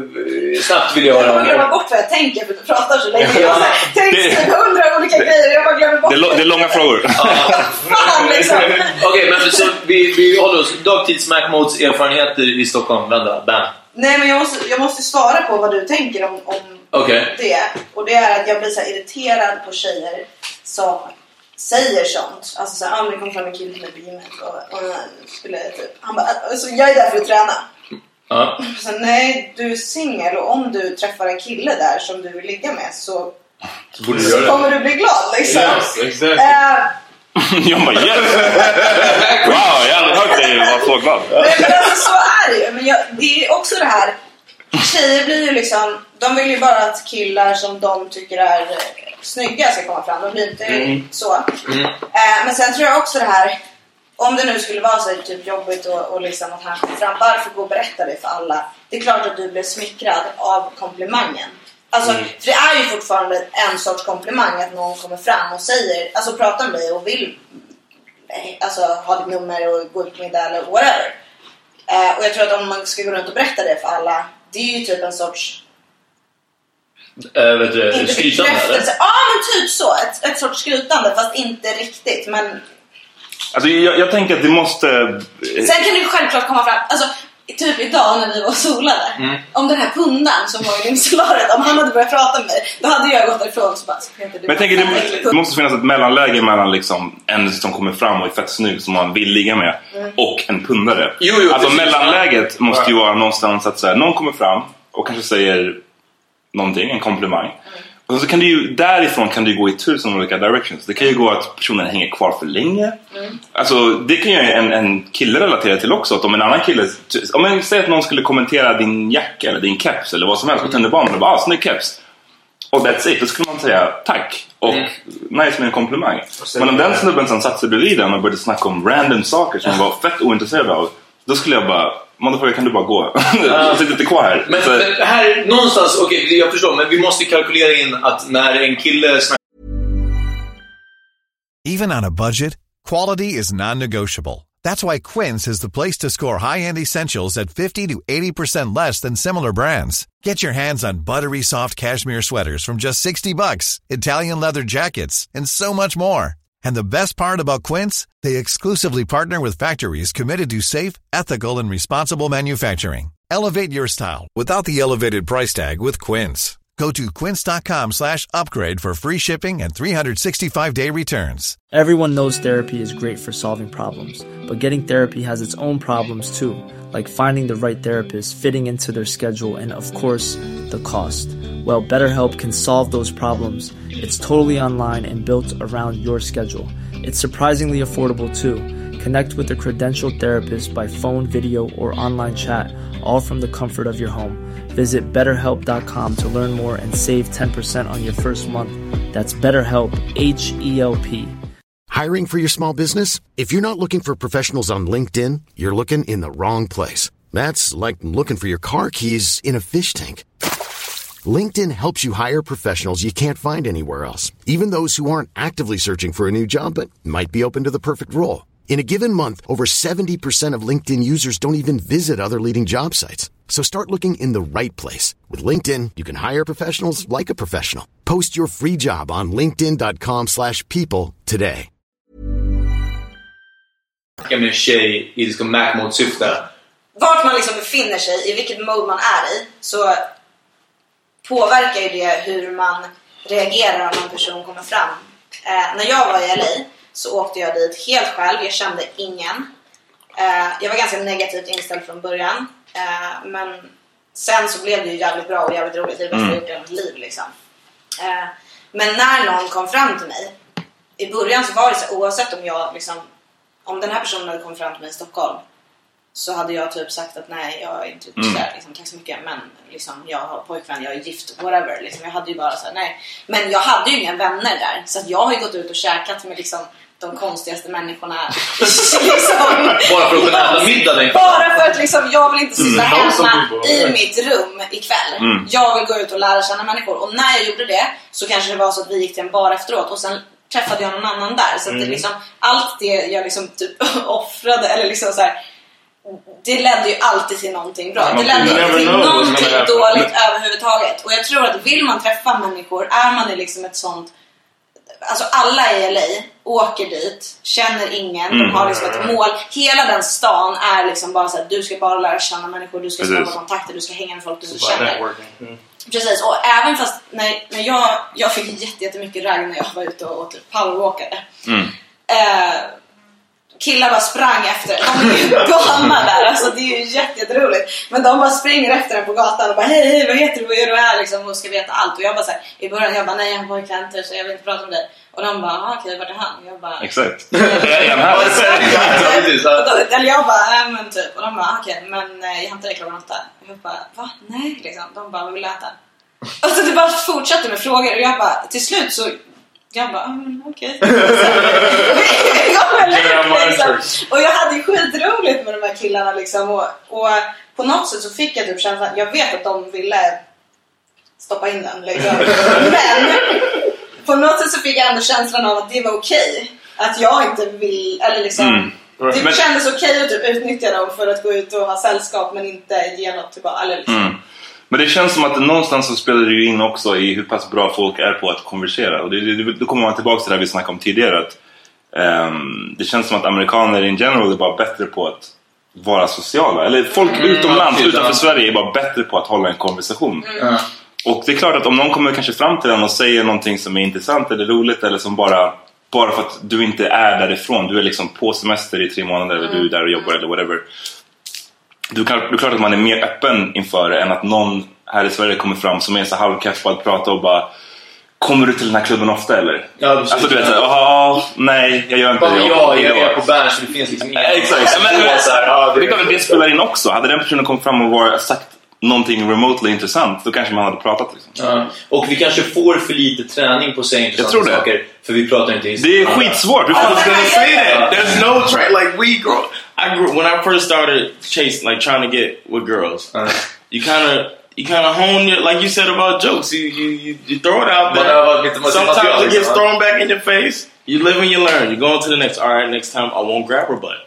snabbt vill jag höra. Jag bara glömmer bort vad jag tänker för att du pratar så länge. Jag har tänkt hundra olika grejer. Jag bara glömmer bort det. Det är, det är långa frågor. Fan liksom. Okej, okay, men så vi, vi håller oss. Dagtids Macmodes erfarenheter i Stockholm. Vända, bam. Nej, men jag måste, jag måste svara på vad du tänker om, om okay. det. Och det är att jag blir så här irriterad på tjejer som säger sånt. Alltså så här, ah, men det kom fram en kille till mig på gymmet och, och skulle typ, han bara, alltså, jag är där för att träna. Uh. Så, nej, du är singel och om du träffar en kille där som du vill ligga med så, så, borde du så göra kommer det. du bli glad liksom. Yes, exactly. uh, Jag bara, yes! Wow, jag hade hört dig vara så glad. Nej, men alltså så är det ju. Men jag, det är också det här, tjejer blir ju liksom, de vill ju bara att killar som de tycker är snygga ska komma fram. De blir inte mm. så. Mm. Eh, men sen tror jag också det här, om det nu skulle vara så typ jobbigt och, och liksom att han kommer fram, varför gå och berätta det för alla? Det är klart att du blir smickrad av komplimangen. Alltså, mm. för det är ju fortfarande en sorts komplimang att någon kommer fram och säger, alltså pratar med dig och vill alltså, ha ditt nummer och gå ut på middag eller whatever. Eh, och jag tror att om man ska gå runt och berätta det för alla, det är ju typ en sorts Äh, vet du, inte skrytande eller? Ja, men typ så. Ett, ett sorts skrytande, fast inte riktigt. Men alltså, jag, jag tänker att det måste... Sen kan det ju självklart komma fram. Alltså, typ idag när vi var solade. Mm. Om den här pundan som var i limsolaret, om han hade börjat prata med mig, då hade jag gått därifrån så bara, så inte du. Men jag tänker det, det måste finnas ett mellanläge mellan liksom en som kommer fram och är fett snygg som man vill ligga med mm. och en pundare. Jo, jo, alltså mellanläget ja. måste ju vara någonstans att så här, någon kommer fram och kanske säger någonting, en komplimang. Mm. Och så kan det ju, därifrån kan det ju gå i tusen olika directions. Det kan ju gå att personen hänger kvar för länge. Mm. Alltså det kan ju en, en kille relatera till också. Att om en annan kille, om man säger att någon skulle kommentera din jacka eller din keps eller vad som helst på tunnelbanan och bara, ah, snygg keps. Och that's it, då skulle man säga tack. Och mm. nice med en komplimang. Men om den snubben som satt sig bredvid den och började snacka om random saker som man var fett ointresserad av, då skulle jag bara, motherfucker, kan du bara gå? Jag sitter inte kvar här. Men, men här någonstans, okej, okay, jag förstår, men vi måste kalkylera in att när en kille snackar... Even on a budget, quality is non-negotiable. That's why Quince is the place to score high-end essentials at fifty to eighty percent less than similar brands. Get your hands on buttery soft cashmere sweaters from just sixty bucks, Italian leather jackets, and so much more. And the best part about Quince, they exclusively partner with factories committed to safe, ethical, and responsible manufacturing. Elevate your style without the elevated price tag with Quince. Go to quince.com slash upgrade for free shipping and three sixty-five day returns. Everyone knows therapy is great for solving problems, but getting therapy has its own problems too, like finding the right therapist, fitting into their schedule, and of course, the cost. Well, BetterHelp can solve those problems. It's totally online and built around your schedule. It's surprisingly affordable too. Connect with a credentialed therapist by phone, video, or online chat, all from the comfort of your home. Visit better help dot com to learn more and save ten percent on your first month. That's BetterHelp, H E L P. Hiring for your small business? If you're not looking for professionals on LinkedIn, you're looking in the wrong place. That's like looking for your car keys in a fish tank. LinkedIn helps you hire professionals you can't find anywhere else, even those who aren't actively searching for a new job but might be open to the perfect role. In a given month, over seventy percent of LinkedIn users don't even visit other leading job sites. So start looking in the right place. With LinkedIn, you can hire professionals like a professional. Post your free job on linkedin dot com slash people today. Med en tjej i liksom Mac-mode-syfte. Vart man liksom befinner sig, i vilket mode man är i, så påverkar ju det hur man reagerar om en person kommer fram. Eh, när jag var i L A så åkte jag dit helt själv. Jag kände ingen. Eh, jag var ganska negativt inställd från början. Eh, men sen så blev det ju jävligt bra och jävligt roligt. Det var mm. gjort i mitt liv liksom. Eh, men när någon kom fram till mig, i början så var det så, oavsett om jag liksom, om den här personen hade kommit fram till mig i Stockholm, så hade jag typ sagt att nej, jag är inte mm. där, liksom, tack så mycket, men liksom, jag har pojkvän, jag är gift, whatever liksom, jag hade ju bara så här, nej, men jag hade ju inga vänner där, så att jag har ju gått ut och käkat med liksom de konstigaste människorna liksom, bara för att kunna äta middag, bara för att liksom, jag vill inte sitta mm. hemma i mitt rum ikväll. mm. Jag vill gå ut och lära känna människor, och när jag gjorde det så kanske det var så att vi gick till en bar efteråt och sen träffade jag någon annan där, så att mm. det liksom, allt det jag liksom typ offrade, eller liksom så här, det ledde ju alltid till någonting bra. Man Det ledde never inte till know what's någonting gonna happen. dåligt överhuvudtaget. Och jag tror att vill man träffa människor, är man i liksom ett sånt... Alltså alla i L A åker dit, känner ingen, Mm. de har liksom ett mål. Hela den stan är liksom bara så att du ska bara lära känna människor, du ska skapa Precis. kontakter, du ska hänga med folk du inte Bara känner. networking. Mm. Precis, och även fast när, när jag, jag fick jätte, jättemycket ragg när jag var ute och, och typ powerwalkade. Mm. Eh, killar bara sprang efter. De är ju galna där, alltså det är ju jätte, jätteroligt. Men de bara springer efter den på gatan och bara hej, hej, vad heter du, vad gör du här liksom, och ska veta allt. Och jag bara såhär, i början jag bara nej, jag har pojkvän så jag vill inte prata om dig. Och de bara, ah, okej, vart är han? Och jag bara, Exakt. Jag är här. och då, eller jag bara, äh, men typ. Och de bara, okej, men eh, jag hämtar dig klockan åtta. Och jag bara, va? Nej, liksom. De bara, vad vill du äta? Och så det bara fortsatte med frågor. Och jag bara, till slut så jag bara, mm, okej. Okay. liksom. Och jag hade ju skitroligt med de här killarna liksom. Och, och på något sätt så fick jag typ känslan, jag vet att de ville stoppa in den liksom. Men på något sätt så fick jag ändå känslan av att det var okej. Att jag inte vill, eller liksom Mm. det Men- kändes okej att typ utnyttja dem för att gå ut och ha sällskap, men inte ge något tillbaka, eller liksom. Mm. Men det känns som att någonstans så spelar det ju in också i hur pass bra folk är på att konversera. Och det, det, då kommer man tillbaka till det vi snackade om tidigare. Att, ehm, det känns som att amerikaner in general är bara bättre på att vara sociala. Eller folk Mm, utomlands, ja, utanför ja. Sverige är bara bättre på att hålla en konversation. Mm. Och det är klart att om någon kommer kanske fram till en och säger någonting som är intressant eller roligt, eller som bara, bara för att du inte är därifrån, du är liksom på semester i tre månader eller du är där och jobbar eller whatever. Du kan, det är klart att man är mer öppen inför det än att någon här i Sverige kommer fram som är så halvkaff på att prata och bara, kommer du till den här klubben ofta eller? Ja, precis. Alltså du vet, ja, nej jag gör inte Bara, det. ja, jag är på Berns så det finns liksom inga... Exakt, men, men, så här, ja, det är klart att det spelar in också. Hade den personen kommit fram och var, sagt någonting remotely intressant, då kanske man hade pratat liksom. Ja. Och vi kanske får för lite träning på att säga intressanta Jag tror det. saker, för vi pratar inte historia. Det är skitsvårt. I was gonna say that. There's no train like we grow. I grew when I first started chasing, like trying to get with girls. Uh-huh. You kind of, you kind of hone your, like you said about jokes. You you you, you throw it out Man there. har lite material, Sometimes it gets liksom, thrown back in your face. You live and you learn. You go on to the next. All right, next time I won't grab her butt.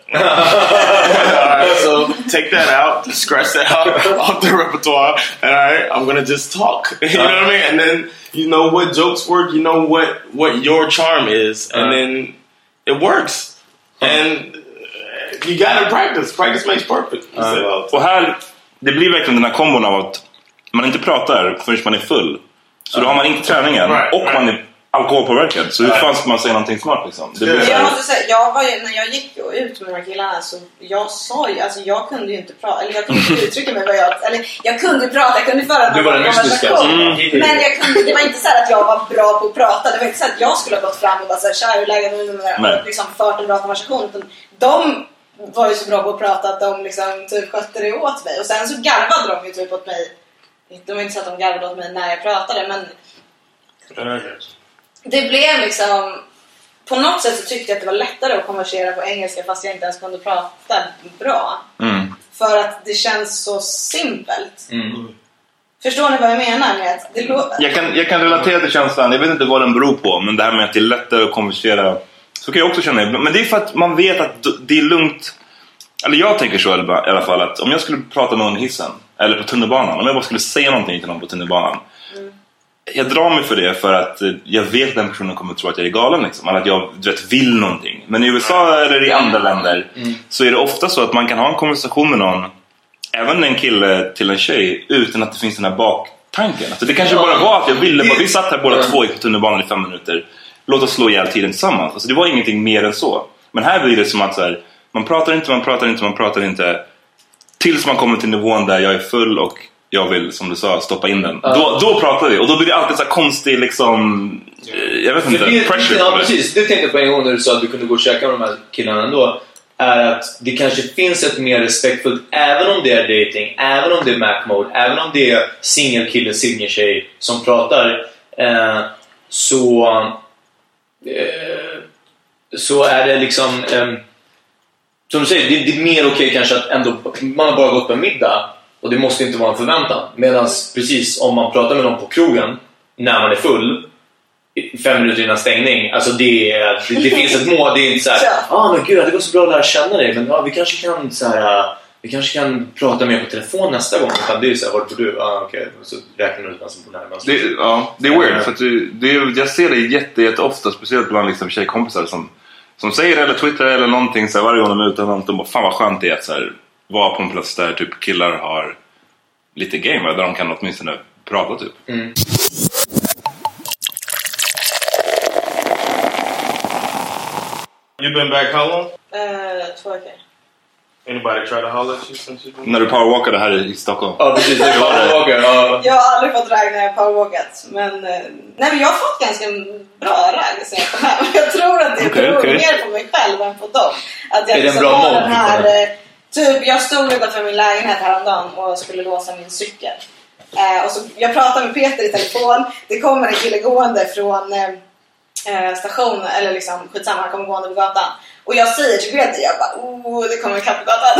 All right, so take that out, scratch that out off the repertoire. All right, I'm gonna just talk. You know what I mean? And then you know what jokes work. You know what what your charm is, and Uh-huh. then it works. And uh, you gotta practice. Practice makes perfect. You say it all the time. Och här, det blir verkligen den här kombon av att man inte pratar förrän man är full. Så då har man inte träningen Right, och right. man är alkoholpåverkad. Så hur fan ska man säga någonting smart liksom? Det blir så Jag här, måste säga, jag var ju, när jag gick ju ut med de här killarna så jag sa ju, alltså jag kunde ju inte prata, eller jag kunde inte uttrycka mig vad jag, eller jag kunde prata, jag kunde föra Du var en den mystiska. konversation. Mm. Men jag kunde, det var inte så här att jag var bra på att prata, det var inte så att jag skulle ha gått fram och bara såhär, tja hur är läget nu Nej. och liksom fört en bra konversation. Utan de var ju så bra på att prata att de liksom typ skötte det åt mig. Och sen så garvade de ju typ åt mig. De var inte så att de garvade åt mig när jag pratade, men det blev liksom, på något sätt så tyckte jag att det var lättare att konversera på engelska fast jag inte ens kunde prata bra. mm. För att det känns så simpelt. Mm. Förstår ni vad jag menar med att det låter... jag, kan, jag kan relatera till känslan, jag vet inte vad den beror på, men det här med att det är lättare att konversera, så kan jag också känna ibland. Men det är för att man vet att det är lugnt. Eller jag tänker så i alla fall, att om jag skulle prata med någon i hissen eller på tunnelbanan, om jag bara skulle säga någonting till någon på tunnelbanan, mm. jag drar mig för det för att jag vet att den personen kommer att tro att jag är galen liksom, eller att jag du vet, vill någonting. Men i U S A eller i andra länder mm. så är det ofta så att man kan ha en konversation med någon, även en kille till en tjej, utan att det finns den här baktanken. Alltså det kanske bara var att jag ville, bara, vi satt här båda två på tunnelbanan i fem minuter, låt oss slå ihjäl tiden tillsammans. Alltså det var ingenting mer än så. Men här blir det som att så här, man pratar inte, man pratar inte, man pratar inte tills man kommer till nivån där jag är full och jag vill, som du sa, stoppa in den. Uh. Då, då pratar vi. Och då blir det alltid så här konstig liksom, jag vet inte, det, pressure. Ja, precis. Det tänkte jag på en gång när du sa att du kunde gå och käka med de här killarna ändå. Är att det kanske finns ett mer respektfullt, även om det är dating, även om det är Mac mode, även om det är singelkille, singeltjej som pratar, eh, så eh, så är det liksom eh, som du säger, det, det är mer okej kanske att ändå man har bara gått på en middag och det måste inte vara en förväntan. Medan precis om man pratar med någon på krogen när man är full fem minuter innan stängning, alltså det, det, det finns ett mål, det är inte så här, ja ah, men gud det går så bra att lära känna dig, men ja, vi kanske kan så här vi kanske kan prata mer på telefon nästa gång. Utan det är så här, vart bor du? Ah, okej. Okay. Så räknar du ut vem som bor närmast. Det, ja, det är weird. För att det, det är, jag ser det jätte, jätte ofta, speciellt bland liksom tjejkompisar som, som säger eller twittrar eller någonting så här, varje gång de är ute. De bara, fan vad skönt det är att så här, vara på en plats där typ killar har lite game, där de kan åtminstone prata typ. Mm. You been back how long? Uh, två veckor. Anybody try to holler at you since you've been? När du powerwalkade här i Stockholm. Ja, precis. Det var powerwalker. Ja. Jag har aldrig fått ragg när jag har powerwalkat. Men, eh, nej, men jag har fått ganska bra ragg sen jag kom hem. Jag tror att det okay, beror okay. mer på mig själv än på dem. Att jag är liksom det en bra har mål? Den här, eh, typ, jag stod utanför min lägenhet häromdagen och skulle låsa min cykel. Eh, och så, jag pratade med Peter i telefon. Det kommer en kille gående från eh, stationen, eller liksom skitsamma, han kommer gående på gatan. Och jag säger till Peter, jag bara, oh, det kommer en katt på gatan.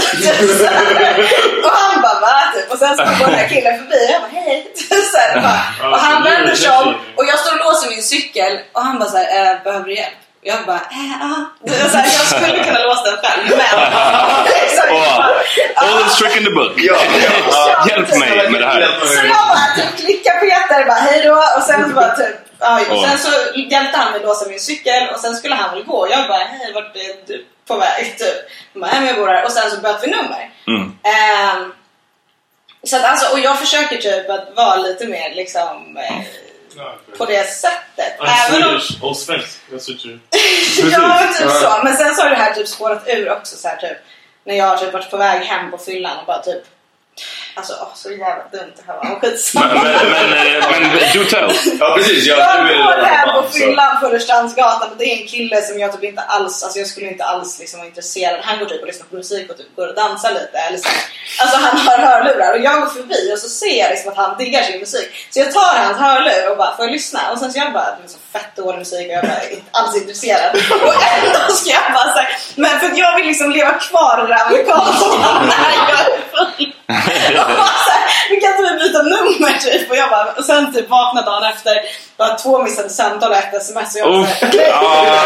Och han bara, va? Typ. Och sen så går den här killen förbi och jag bara, hej. Så här, bara. Och han vänder sig om och jag står och låser min cykel och han bara så här, äh, behöver du hjälp? Och jag bara, äh, äh. Så här, jag skulle kunna låsa den själv, men liksom, oh, bara, all is trick in the book. Ja, ja. Hjälp mig med det här. Så jag bara typ klickar Peter, bara hej då. Och sen så bara typ, ja, och sen så hjälpte han mig låsa min cykel. Och sen skulle han väl gå. Jag bara, hej, vart är du på väg? Typ. Jag bara, hem jag bor här. Och sen så bytte vi nummer. Mm. um, Så att alltså, och jag försöker typ att vara lite mer liksom eh, på det sättet. I'm Även om... Swedish, old Spence. That's what you... Ja, typ så. Men sen så har det här typ spårat ur också så här, typ. När jag har typ varit på väg hem på fyllan och bara typ, alltså åh, så jävla dumt det här var. Skitsamma. Men, men, men, men do tell. Ja, precis. Jag, jag går här på fyllan på Rörstrandsgatan och det är en kille som jag typ inte alls, alltså jag skulle inte alls liksom vara intresserad. Han går typ och lyssnar på musik och typ går och dansar lite eller så. Alltså han har hörlurar och jag går förbi och så ser jag liksom att han diggar sin musik. Så jag tar hans hörlur och bara, får jag lyssna? Och sen så jag bara, det är så fett dålig musik och jag bara inte alls intresserad. Och ändå ska jag bara säga, men för att jag vill liksom leva kvar i det amerikanska när jag är full. Och bara så här, vi kan inte byta nummer typ. Och jag bara, och sen typ vaknade dagen efter, bara två missade samtal och ett sms. Och jag bara så här,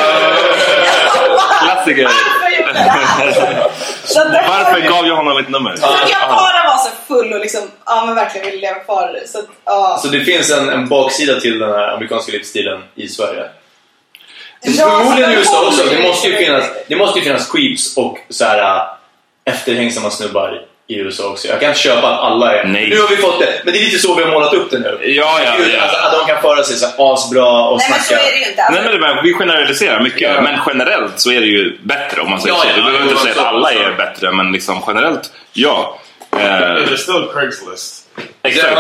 klassiker. Varför gjorde det här? Så det Varför gav jag honom ett nummer? För att jag bara var så full och liksom, ja men verkligen ville leva kvar. Så, ja. Så det finns en, en baksida till den här amerikanska livsstilen i Sverige. Ja, förmodligen i U S A också. Det måste ju finnas, det måste ju finnas creeps och så här efterhängsamma snubbar i U S A också. Jag kan inte köpa att alla är. Nej. Nu har vi fått det, men det är lite så vi har målat upp det nu. Ja, ja, ja. Alltså, att de kan föra sig så asbra och nej, snacka. men så är det ju inte. Alltså. Nej, men vi generaliserar mycket, ja. Men generellt så är det ju bättre om man säger ja, så. Vi ja, behöver ja, inte säga så, att alla så. är bättre, men liksom generellt, ja. Uh, There's still Craigslist. Exakt.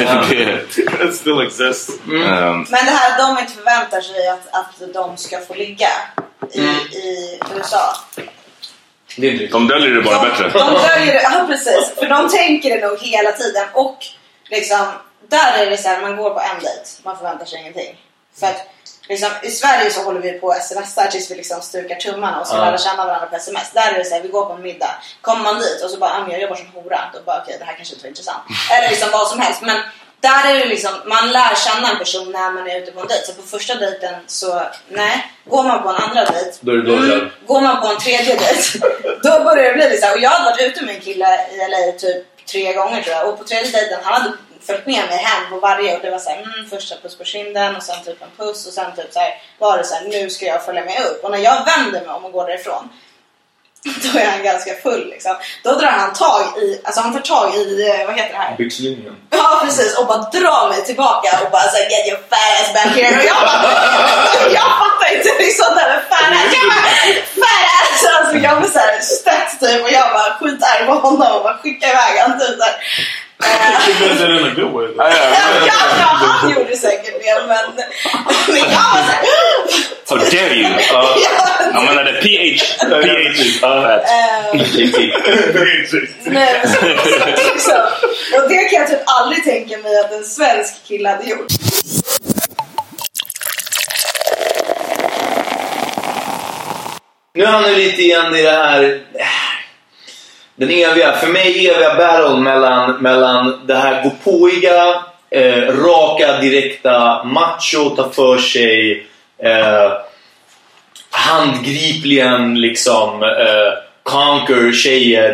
It still exists. Mm. Um, Men det här att de inte förväntar sig att, att de ska få ligga i, mm. i U S A. Det är inte de döljer det bara de, bättre. De döljer det, ja precis. För de tänker det nog hela tiden. Och liksom, där är det så här, man går på en dejt. Man förväntar sig ingenting. För att liksom, i Sverige så håller vi på smsar tills vi liksom stukar tummarna och ska ja. lära känna varandra på sms. Där är det så här, vi går på en middag. Kommer man dit och så bara, ah, jag jobbar som hora. Då bara, okej, okay, det här kanske inte var intressant. Eller liksom vad som helst. Men där är det liksom, man lär känna en person när man är ute på en dejt. Så på första dejten så, nej. Går man på en andra dejt, då är det mm, går man på en tredje dejt, då börjar det bli lite så här. Och jag hade varit ute med en kille i L A typ tre gånger tror jag. Och på tredje dejten, han hade följt med mig hem på varje. Och det var så här, mm, första puss på kinden och sen typ en puss. Och sen typ så här, var det så här, nu ska jag följa med upp. Och när jag vänder mig om och går därifrån, då är han ganska full liksom. Då drar han tag i, alltså han tar tag i, vad heter det här? Byxlinjen. Ja precis, och bara drar mig tillbaka och bara såhär, get your fat ass back here. Och jag bara, jag fattar inte liksom där med fat ass. Jag bara, fat ass. Alltså jag var såhär stött typ och jag bara skitarg på honom och bara skicka iväg han typ där. You guys are in a good way. Ja, ja, han gjorde säkert det, men, men jag var såhär, how dare you? Uh, jag menar det P H. P H. Nej, så, så det är så. Och det kan jag typ aldrig tänka mig att en svensk kille hade gjort. Nu hamnar vi lite igen i det här, den eviga, för mig eviga battle mellan, mellan det här gåpåiga, eh, raka, direkta, macho, ta för sig, eh, handgripligen liksom eh, conquer tjejer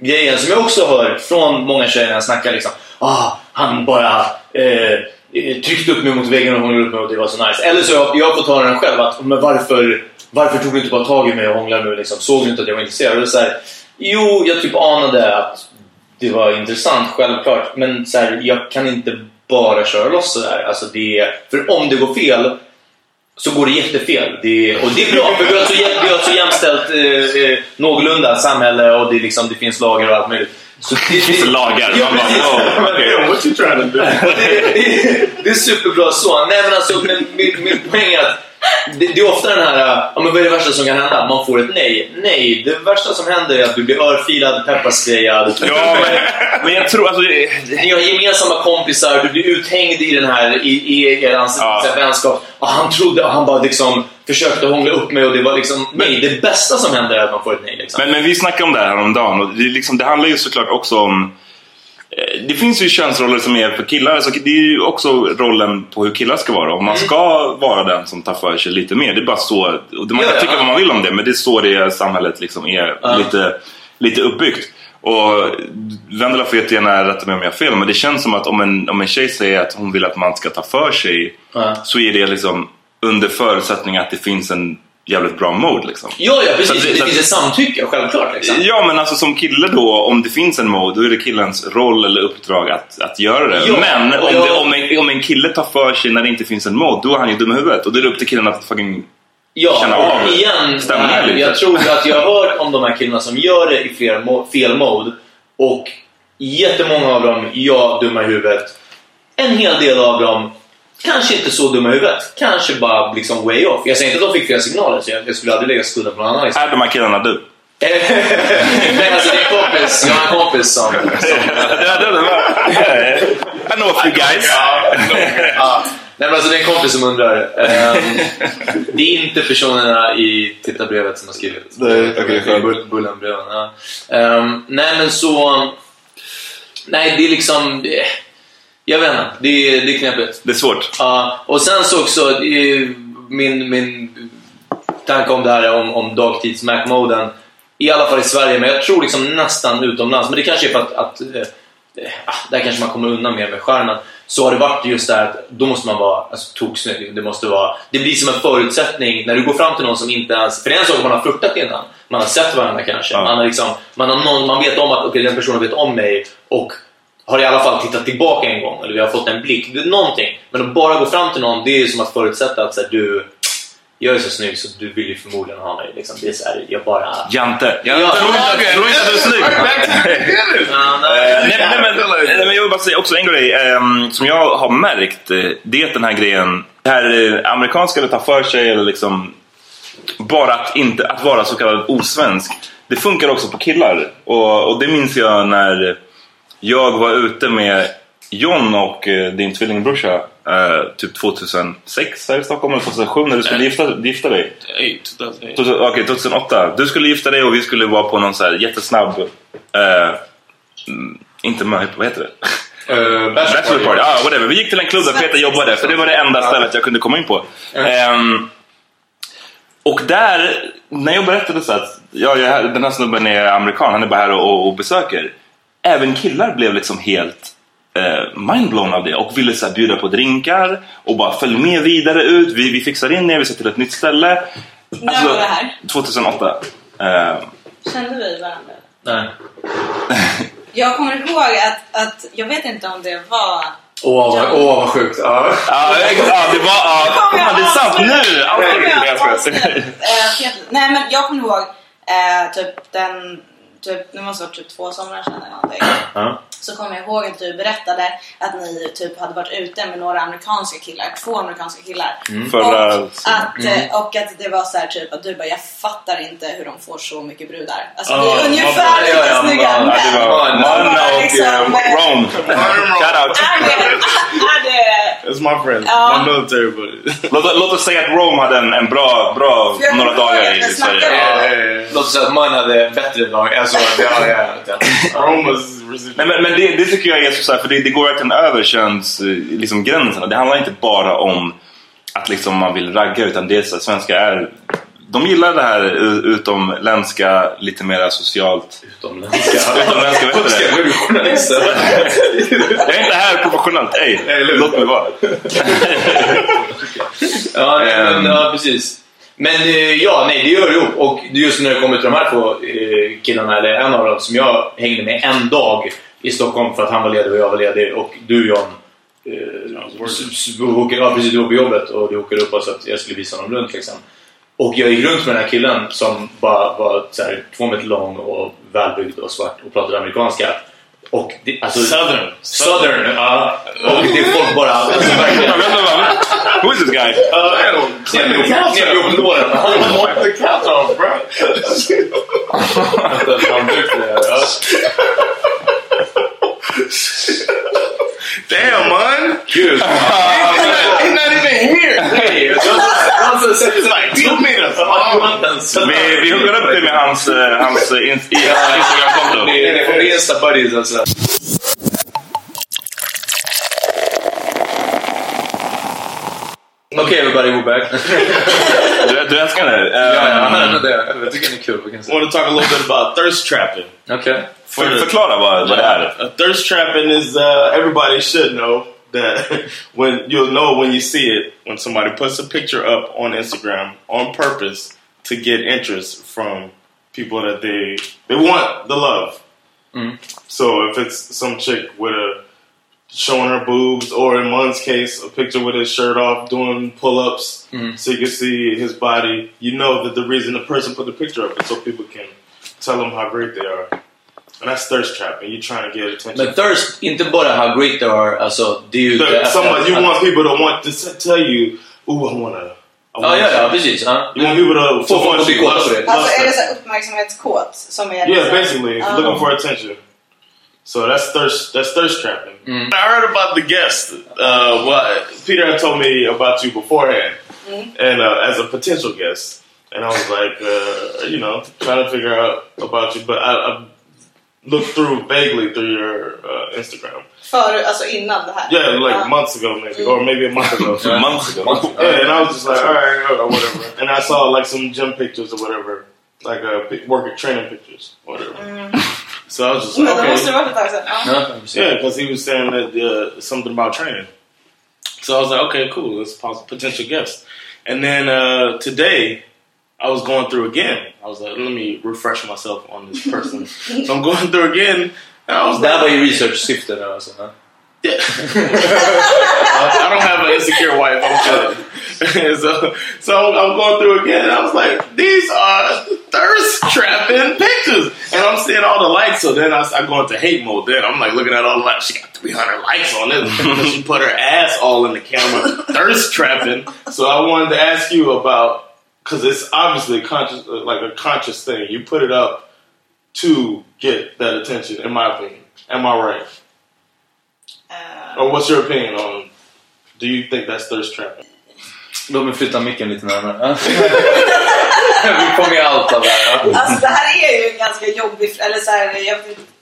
grejen som jag också hör från många tjejer när jag snackar liksom, ah, han bara eh, tryckte upp mig mot väggen och hånglade upp mig och det var så nice. Eller så jag, jag har fått höra den själv att, men varför, varför tog du inte bara tag i mig och hånglade med liksom, såg du inte att jag var intresserad? Och det är så här, jo, jag typ anade att det var intressant, självklart, men så här, jag kan inte bara köra loss så där. Alltså det, för om det går fel så går det jättefel. Det, och det är bra, för vi har så, vi har så jämställt eh, eh, någorlunda samhälle och det, liksom, det finns lagar och allt möjligt. Så det, det finns lagar. Ja, man bara, okay, what you trying to do? det, det, det är superbra så. Nej, men alltså, min, min, min poäng är att det, det är ofta den här, ja, men vad är det värsta som kan hända? Man får ett nej. Nej, det värsta som händer är att du blir örfilad, pepparsprayad. Ja, men, men jag tror alltså, ni har gemensamma kompisar, du blir uthängd i den här i, i er ans- ja. vänskap. Och han trodde, och han bara liksom försökte hångla upp mig och det var liksom, nej, det bästa som händer är att man får ett nej liksom. Men, men vi snackade om det här om dagen och det, liksom, det handlar ju såklart också om, det finns ju könsroller som är för killar, så det är ju också rollen på hur killar ska vara. Och man ska vara den som tar för sig lite mer. Det är bara så, och man kan tycka vad man vill om det, men det är så det samhället liksom är ja. lite, lite uppbyggt. Och Vendela får jättegärna rätta mig om jag har fel, men det känns som att om en, om en tjej säger att hon vill att man ska ta för sig ja. så är det liksom under förutsättning att det finns en jävligt bra mode liksom. Ja, ja, precis. Det, det finns ett samtycke, självklart liksom. Ja, men alltså som kille då, om det finns en mode, då är det killens roll eller uppdrag att, att göra det. Ja, men om, jag... det, om, en, om en kille tar för sig när det inte finns en mode, då är han ju dum i huvudet. Och då är det upp till killen att fucking ja, känna av igen, stämningen lite. Jag tror att jag har hört om de här killarna som gör det i fel, mo- fel mode. Och jättemånga av dem, ja, dumma i huvudet. En hel del av dem kanske inte så dumma i huvudet. Kanske bara liksom way off. Jag säger inte att de fick fel signaler, så jag, jag skulle aldrig lägga skulden på någon annan liksom. Är de här killarna du? Nej, alltså det är en kompis. Jag har en kompis som... som I know a few guys. Ja. Nej, men alltså det är en kompis som undrar. Um, det är inte personerna i tittarbrevet som har skrivit. Nej, okej, okay, bull, bullenbreven. Ja. Um, nej, men så... Nej, det är liksom... Det, jag vet inte, det är, det är knäppigt. Det är svårt. Ja, uh, och sen så också min, min tanke om det här om, om dagtids Mac-moden, i alla fall i Sverige, men jag tror liksom nästan utomlands, men det kanske är för att, att äh, där kanske man kommer undan mer med skärmen. Så har det varit just där att då måste man vara alltså, toksnygg. Det måste vara, det blir som en förutsättning när du går fram till någon som inte ens, för det är en sak man har flirtat innan. Man har sett varandra kanske. Ja. Man har liksom, man har någon, man vet om att okay, den personen vet om mig och har i alla fall tittat tillbaka en gång, eller vi har fått en blick, det är någonting. Men att bara gå fram till någon, det är som att förutsätta att så här, du, jag är så snygg så du vill ju förmodligen ha mig liksom. Det är så här, jag bara Jante. Jag tror inte att du är snygg. Nej, men jag vill bara säga också en grej um, som jag har märkt, det är den här grejen, det här amerikanska eller ta för sig eller liksom bara att inte att vara så kallad osvensk. Det funkar också på killar och, och det minns jag när jag var ute med John och eh, din tvillingbrorsa eh, typ tjugohundrasex här i Stockholm, eller tjugohundrasju när du skulle gifta, gifta dig. Okej, okay, tjugohundraåtta. Du skulle gifta dig och vi skulle vara på någon så här jättesnabb eh, inte med, vad heter det? Uh, Bachelor party, ah, whatever. Vi gick till en klubb där Peter jobbade, för det var det enda stället jag kunde komma in på. Um, och där, när jag berättade så att ja, jag, den här snubben är amerikan, han är bara här och, och, och besöker. Även killar blev liksom helt eh, mindblown av det och ville så här, bjuda på drinkar och bara följ med vidare ut. Vi, vi fixar in er, vi ser till ett nytt ställe. När alltså, var det här? tjugohundraåtta. Eh, Kände vi varandra? Nej. Jag kommer ihåg att, att jag vet inte om det var... Åh, oh, oh, vad sjukt. Ja, ja, det var... Ja, det är sant nu. Nej, men jag kommer ihåg eh, typ den... Typ, det måste vara typ två somrar sedan eller någonting. Uh-huh. Så kommer jag ihåg att du berättade att ni typ hade varit ute med några amerikanska killar, två amerikanska killar. Mm. Och, Förra... att, mm. och att det var så här typ att du bara, jag fattar inte hur de får så mycket brudar. Alltså uh, det är ungefär lite ja, ja, snygga män. Ja, det var Manna och liksom, Rome. Shout out. It's my friend. Ja. My military buddy. låt, låt oss säga att Rome hade en, en bra, bra några dagar i Sverige. Låt oss säga att man hade bättre dagar. Alltså, ja, ja, ja. Rome was... Men, men, men det, det tycker jag är så här, för det, det går verkligen över köns liksom, gränserna. Det handlar inte bara om att liksom, man vill ragga, utan det är så här, svenska är de gillar det här utomländska, lite mer socialt. Utomländska? Utomländska, vet du det? Är du journalist? Jag är inte här professionellt, ej, låt mig vara. Ja, nej, men, ja, precis. Men ja, nej, det gör det ihop. Och just när det kommer till de här två eh, killarna, eller en av dem som jag hängde med en dag i Stockholm för att han var ledig och jag var ledig, och du, John, eh, ja, precis, du var på jobbet och du åkade upp så att jag skulle visa honom runt liksom. Och jag gick runt med den här killen som bara var så här, två meter lång och välbyggd och svart och pratade amerikanska. Och det, alltså, Southern. Southern, ja. Och det är folk bara... Alltså, verkligen... Who is this guy? Nere upp låren. What the cat off, bro? Han brukar det här, ja. Damn, man. Gud. He's not even here. It's like two meters. Vi, vi hookar upp det med hans, hans Instagram-konto. Det är Insta-buddies alltså. Okay, everybody, we're back. du, du älskar det? Um, ja, ja, det. Jag tycker det är kul. I want to talk a little bit about thirst trapping. Okay. For, För, förklara vad, vad det är. A thirst trapping is, uh, everybody should know that when you'll know when you see it, when somebody puts a picture up on Instagram on purpose to get interest from people that they they want the love. Mm. So if it's some chick with a showing her boobs, or in Mun's case, a picture with his shirt off doing pull-ups, mm. so you can see his body, you know that the reason the person put the picture up is so people can tell them how great they are. And that's thirst trapping. You're trying to get attention. But thirst, inte bara how great they are, alltså, do you... The, somebody, you want people to want to tell you, ooh, I wanna... Ja, ja, ja, precis. Ja. You want people to... Få folk att bli kåta på det. Alltså är det så här uppmärksamhetskåt som är... Yeah, basically. Uh. Looking for attention. So that's thirst. That's thirst trapping. Mm. I heard about the guest. Uh, what Peter had told me about you beforehand, mm. and uh, as a potential guest, and I was like, uh, you know, trying to figure out about you. But I, I looked through vaguely through your uh, Instagram. För alltså innan det här. Yeah, like uh. months ago maybe, or maybe a month ago. So months ago. Yeah, and I was just like, all right, or whatever. And I saw like some gym pictures or whatever, like uh, working training pictures, or whatever. Mm. So I was just like, okay. Yeah, because he was saying that uh, something about training. So I was like, okay, cool. It's a potential guest. And then uh, today, I was going through again. I was like, let me refresh myself on this person. So I'm going through again. And I was that like, way you research syfte där alltså, huh? Yeah. I don't have an insecure wife. I'm good. so, so I'm going through again, and I was like, these are thirst trapping pictures, and I'm seeing all the likes. So then I, I go into hate mode. Then I'm like looking at all the likes. She got three hundred likes on it. She put her ass all in the camera, thirst trapping. So I wanted to ask you about, because it's obviously conscious, like a conscious thing. You put it up to get that attention, in my opinion. Am I right? Uh, or what's your opinion on? Do you think that's thirst trapping? Låt mig flytta micken lite närmare. Vi får med allt av det här. Alltså det här är ju ganska jobbigt. Eller så här, jag vet inte.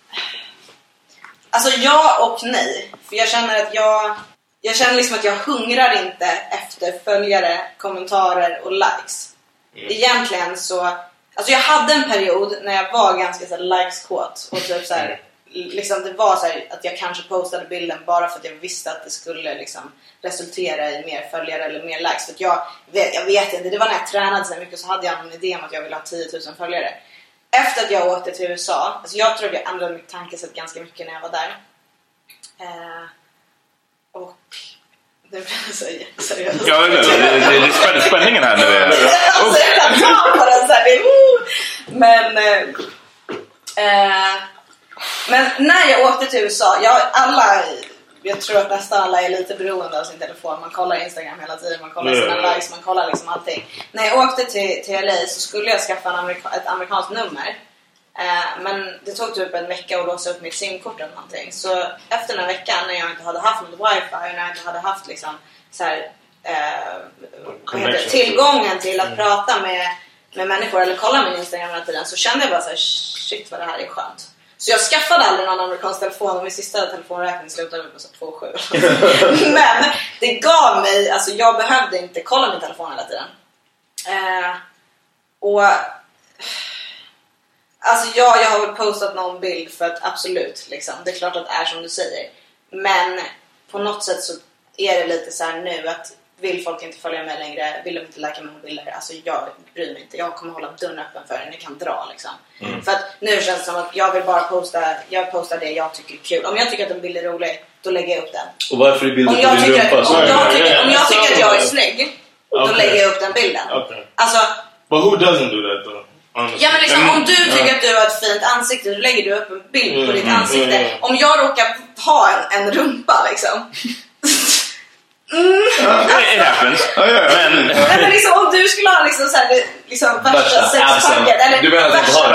Alltså ja och nej. För jag känner att jag... Jag känner liksom att jag hungrar inte efter följare, kommentarer och likes. Mm. Egentligen så... Alltså jag hade en period när jag var ganska så här likes-kåt. Och typ så här... Liksom det var så här att jag kanske postade bilden bara för att jag visste att det skulle liksom resultera i mer följare eller mer likes. För att jag vet, jag vet inte, det var när jag tränade så mycket så hade jag en idé om att jag ville ha tio tusen följare. Efter att jag åkte till U S A, alltså jag tror att jag ändrade mitt tankesätt ganska mycket när jag var där. Eh, och det blev så seriöst. Ja, det, det, det, det är spänningen här nu. Alltså jag kan ta på den så här, det är, uh, men... Eh, Men när jag åkte till U S A, jag, alla, jag tror att nästan alla är lite beroende av sin telefon. Man kollar Instagram hela tiden, man kollar sina yeah. likes, man kollar liksom allting. När jag åkte till, till L A så skulle jag skaffa en amerika- ett amerikanskt nummer. Eh, men det tog typ en vecka att låsa upp mitt simkort eller någonting. Så efter den veckan när jag inte hade haft något wifi och när jag inte hade haft liksom, så här, eh, vad heter det, tillgången till att mm. prata med, med människor eller kolla min Instagram hela tiden, så kände jag bara så här, shit vad det här är skönt. Så jag skaffade aldrig någon amerikansk telefon och min sista telefonräkning slutade med på två komma sju. Men det gav mig, alltså jag behövde inte kolla min telefon hela tiden. Eh, Och alltså ja, jag har väl postat någon bild för att absolut liksom, det är klart att det är som du säger. Men på något sätt så är det lite så här nu att vill folk inte följa mig längre, vill de inte läka mina bilder, alltså jag bryr mig inte, jag kommer hålla dörren öppen för er, ni kan dra liksom. Mm. För att nu känns det som att jag vill bara posta, jag postar det jag tycker är kul. Om jag tycker att en bild är rolig, då lägger jag upp den. Och varför är bilden om jag, på din tycker, rumpa? om, jag tycker, om jag tycker att jag är snygg, då okay. lägger jag upp den bilden. Okay. Alltså, but who doesn't do that though? Ja men liksom mm. om du tycker yeah. att du har ett fint ansikte, då lägger du upp en bild mm. på ditt ansikte. Mm. Om jag råkar ha en, en rumpa liksom. Mm. Ja, it happens. Ja, ja, ja. Men, Nej, men liksom, om du skulle ha liksom, så här, liksom, värsta sexpacket eller du värsta,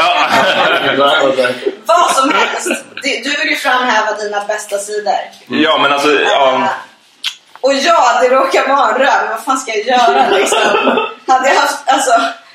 ja. vad som helst. Du vill ju framhäva dina bästa sidor. Mm. Ja, men alltså ja. Uh, och ja, det råkar vara en röv. Vad fan ska jag göra liksom? Hade jag haft, alltså...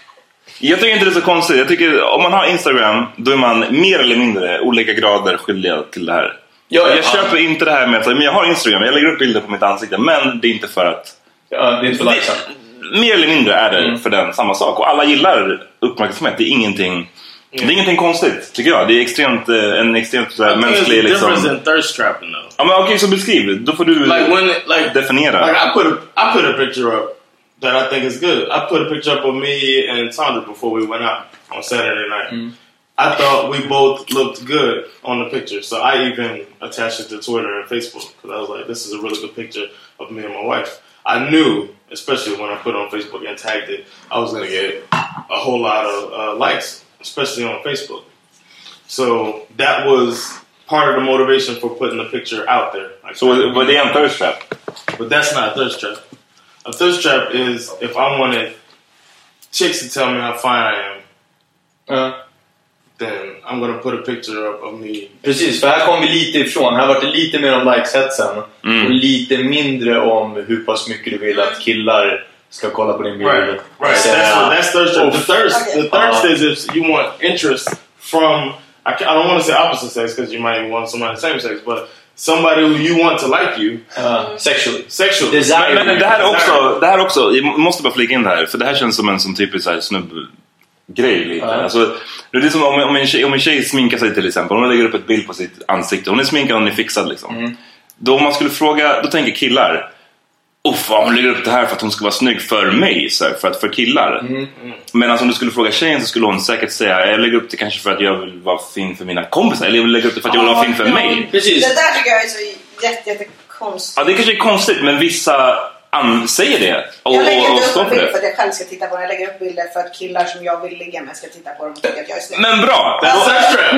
Jag tycker inte det är så konstigt. Jag tycker om man har Instagram, då är man mer eller mindre olika grader skyldiga till det här. Ja, jag ja. köper inte det här med att men jag har Instagram, jag lägger upp bilder på mitt ansikte, men det är inte för att ja, det är inte för liksom. Mer eller mindre är det mm. för den samma sak. Och alla gillar uppmärksamhet. Det är ingenting mm. det är ingenting konstigt, tycker jag. Det är extremt en extremt så här, mänsklig liksom. Difference in thirst trapping though. Ja, men okej, okay, så beskriv. Då får du like when, like, definiera. Like I put a, I put a picture up that I think is good. I put a picture up of me and Sandra before we went out on Saturday night. Mm. I thought we both looked good on the picture, so I even attached it to Twitter and Facebook because I was like, "This is a really good picture of me and my wife." I knew, especially when I put it on Facebook and tagged it, I was going to get a whole lot of uh, likes, especially on Facebook. So that was part of the motivation for putting the picture out there. Like, so, but they on thirst trap, but that's not a thirst trap. A thirst trap is if I wanted chicks to tell me how fine I am. Uh. Then I'm gonna put a picture up of me. Precis, för här kom vi lite ifrån. Här var det lite mer om likes-hetsen mm. och lite mindre om hur pass mycket du vill att killar ska kolla på din bild. Right, right. So, that's, that's thirst. Oh, the thirst, okay. the thirst uh, is if you want interest from. I, I don't want to say opposite sex because you might want somebody the same sex, but somebody who you want to like you uh, sexually. Sexually. Desire. Men, men det här också, det här också. Jag måste bara flika in det här, för det här känns som en sån typisk så här snubb. Grej lite. Uh. Alltså, det är som om, om, en tjej, om en tjej sminkar sig till exempel. Om hon lägger upp ett bild på sitt ansikte. Hon är sminkad och hon är fixad liksom. Mm. Då om man skulle fråga, då tänker killar, uff, hon lägger upp det här för att hon ska vara snygg för mig, så här, för att för killar. Mm. Mm. Men alltså, om du skulle fråga tjejen så skulle hon säkert säga, jag lägger upp det kanske för att jag vill vara fin för mina kompisar. Eller jag vill lägga upp det för att jag vill vara fin för ja, mig. Precis. Det där tycker jag är så jätte, jätte konstigt. Ja, det kanske är konstigt, men vissa an säger det. Och, jag lägger och, inte och upp bilder för att jag själv ska titta på den. Jag lägger upp bilder för att killar som jag vill ligga med ska titta på dem och tycka att jag är snygg. Men bra! Alltså,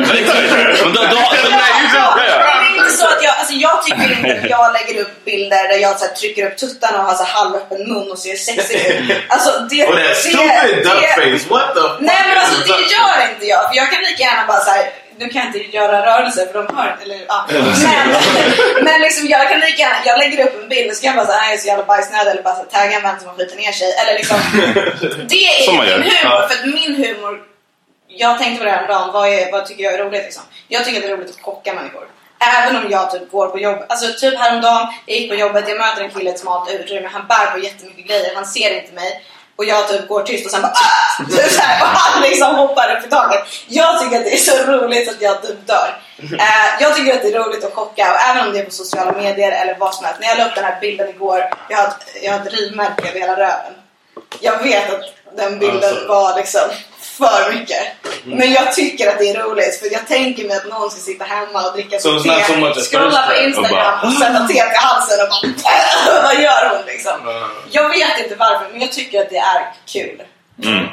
men då, då, det är inte så att jag, alltså jag tycker inte att jag lägger upp bilder där jag så här, trycker upp tuttarna och har så halvöppen mun och ser sexig ut. Alltså det... Och det är stupid duck face, what the fuck? Nej men alltså det gör inte jag. För jag kan lika gärna bara så här. Du kan inte göra rörelser för de hör eller ja. Men, men liksom jag kan lika gärna, jag lägger upp en bild och så kan jag bara säga jag är så jävla bajsnödig eller bara så tagga en vän som har skitit ner sig eller liksom det är min humor ja. För att min humor jag tänkte på det här dagen vad, är, vad tycker jag är roligt liksom. Jag tycker att det är roligt att chocka människor. Även om jag typ går på jobb. Alltså typ häromdagen jag gick på jobbet, jag möter en kille i ett smalt utrymme, han bär på jättemycket grejer, han ser inte mig. Och jag typ går tyst och sen bara ah! så här, och han liksom hoppar upp i taget. Jag tycker att det är så roligt att jag typ dör. uh, Jag tycker att det är roligt att chocka. Och även om det är på sociala medier eller vad som helst. När jag la upp den här bilden igår, jag har ett, jag har ett rivmärke över hela röven. Jag vet att den bilden alltså. var liksom för mycket. Mm. Men jag tycker att det är roligt. För jag tänker mig att någon ska sitta hemma och dricka so te, scrolla på Instagram och, och sätta te till halsen och bara vad gör hon liksom? Mm. Jag vet inte varför, men jag tycker att det är kul. Mm.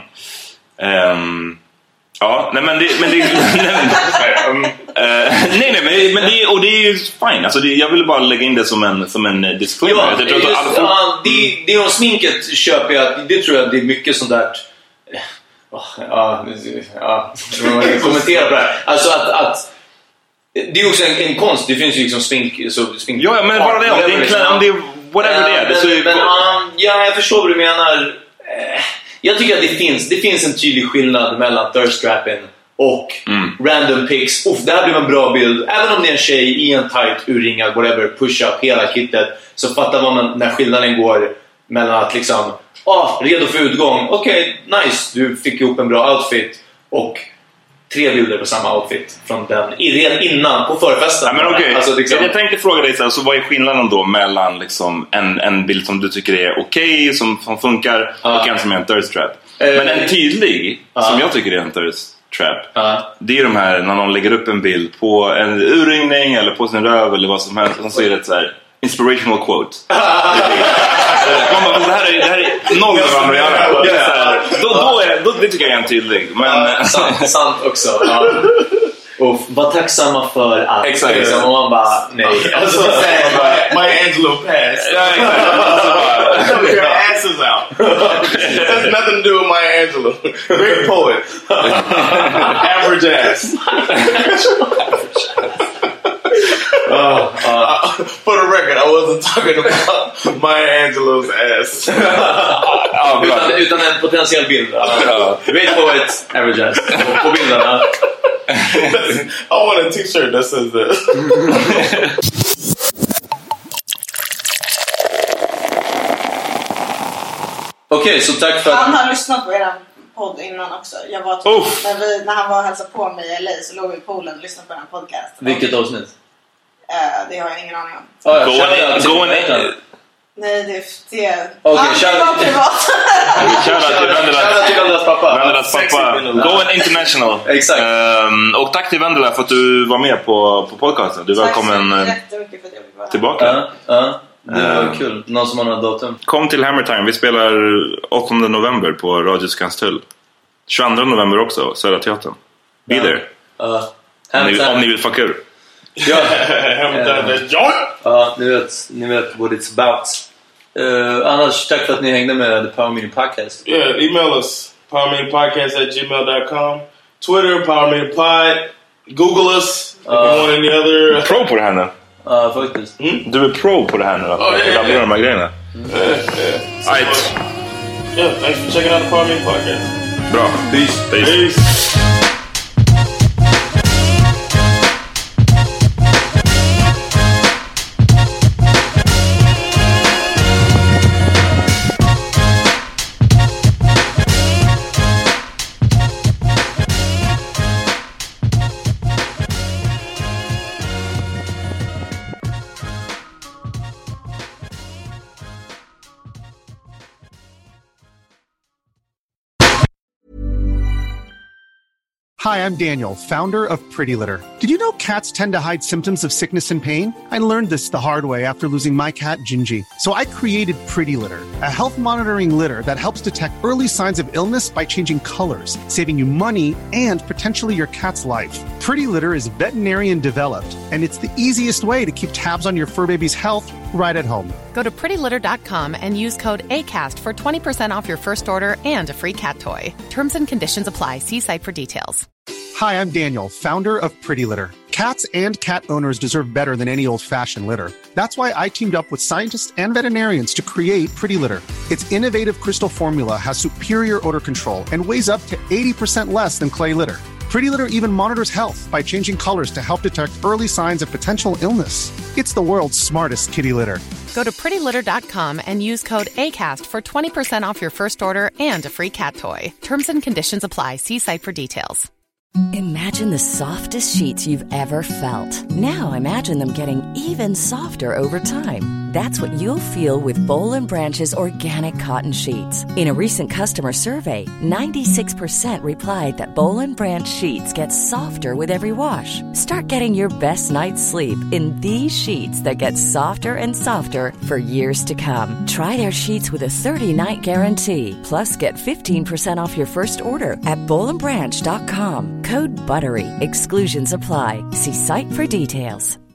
Um, ja, nej men det, men det nej, um, uh, nej, nej men, men det, och det är ju fine. Alltså det, jag ville bara lägga in det som en, som en disclaimer. Ja, jag tror att alla får... ja, det, det om sminket köper jag. Det tror jag det är mycket sånt där. Oh, ja, ja, man kan kommentera på det här. Alltså att, att det är också en, en konst. Det finns ju liksom smink, så smink. Ja, men bara det om det är klä, om det är whatever det är. Det men, men, um, ja, jag förstår vad du menar. Jag tycker att det finns det finns en tydlig skillnad mellan thirst trapping och mm. random pics. Uff, det här blir en bra bild. Även om det är en tjej i en tight urringad whatever push up hela kittet, så fattar man när skillnaden går mellan att liksom ah, redo för utgång. Okej, okay, nice, du fick ihop en bra outfit. Och tre bilder på samma outfit från den redan innan på förfesten. Ja, men okay. Alltså, liksom... jag, jag tänkte fråga dig så, här, så vad är skillnaden då mellan liksom, en, en bild som du tycker är okej, okay, som, som funkar, ah. och en som är en thirst trap? Uh, men en tydlig, ah. som jag tycker är en thirst trap, uh. det är de här när någon lägger upp en bild på en urringning eller på sin röv eller vad som helst, och så är det ett så här inspirational quote. Man bara, det här är, det här är noll med varandra att göra. Då, då är, då, det tycker jag är en tydlig. Men... Ja, sant, sant också. Ja. Och var tacksamma för att. Exakt. Liksom, och man bara, nej. Alltså, Maya Angelou passed. Ja, exakt. Your ass is out. That's nothing to do with Maya Angelou. Great poet. Average ass. Uh, uh, for the record, I wasn't talking about Maya Angelou's ass. uh, utan, utan en potentiell bild. Uh, Great poet, average ass. På, på bilderna. I want a t-shirt that says that. Okej, okay, så tack för att... Han har lyssnat på er podd innan också. Jag var typ, när, vi, när han var och hälsade på mig i L A så låg vi i poolen och lyssnade på den podcast. Vilket avsnitt? Uh, det har jag ingen aning om. Oh, ja, gå in, gå in. Nej, det är... det okay, ah, det var privat. Shoutout till Vendelas pappa. Vendelas pappa. Go in international. Exakt. Um, och tack till Vendela för att du var med på, på podcasten. Du är välkommen tack så jättemycket för att jag fick vara här. Tillbaka. Ja, ja. Det var um, kul. Någon som har något datum. Kom till Hammer Time. Vi spelar åttonde november på Radio Skanstull. tjugoandra november också, Södra Teatern. Be ja. there. Uh, om, ni, om ni vill fucka ur. Ja, uh, ja, ni vet, ni vet what it's about. Uh, annars, tack för att ni hängde med The Power Meeting Podcast. Yeah, email us. power meeting podcast at gmail dot com. Twitter, Power Meeting Pod. Google us if uh, you want any other... Pro på det här nu. Ja, uh, faktiskt. Mm? Du är pro på det här nu. Oh, yeah, yeah, yeah. De här grejerna. Mm. Yeah, yeah. Right. Yeah, thanks for checking out the Power Meeting Podcast. Bra. Peace. Peace. Peace. Hi, I'm Daniel, founder of Pretty Litter. Did you know cats tend to hide symptoms of sickness and pain? I learned this the hard way after losing my cat, Gingy. So I created Pretty Litter, a health monitoring litter that helps detect early signs of illness by changing colors, saving you money and potentially your cat's life. Pretty Litter is veterinarian developed, and it's the easiest way to keep tabs on your fur baby's health right at home. Go to pretty litter dot com and use code ACAST for twenty percent off your first order and a free cat toy. Terms and conditions apply. See site for details. Hi, I'm Daniel, founder of Pretty Litter. Cats and cat owners deserve better than any old-fashioned litter. That's why I teamed up with scientists and veterinarians to create Pretty Litter. Its innovative crystal formula has superior odor control and weighs up to eighty percent less than clay litter. Pretty Litter even monitors health by changing colors to help detect early signs of potential illness. It's the world's smartest kitty litter. Go to pretty litter dot com and use code ACAST for twenty percent off your first order and a free cat toy. Terms and conditions apply. See site for details. Imagine the softest sheets you've ever felt. Now imagine them getting even softer over time. That's what you'll feel with Boll and Branch's organic cotton sheets. In a recent customer survey, ninety-six percent replied that Boll and Branch sheets get softer with every wash. Start getting your best night's sleep in these sheets that get softer and softer for years to come. Try their sheets with a thirty-night guarantee. Plus, get fifteen percent off your first order at boll and branch dot com. Code BUTTERY. Exclusions apply. See site for details.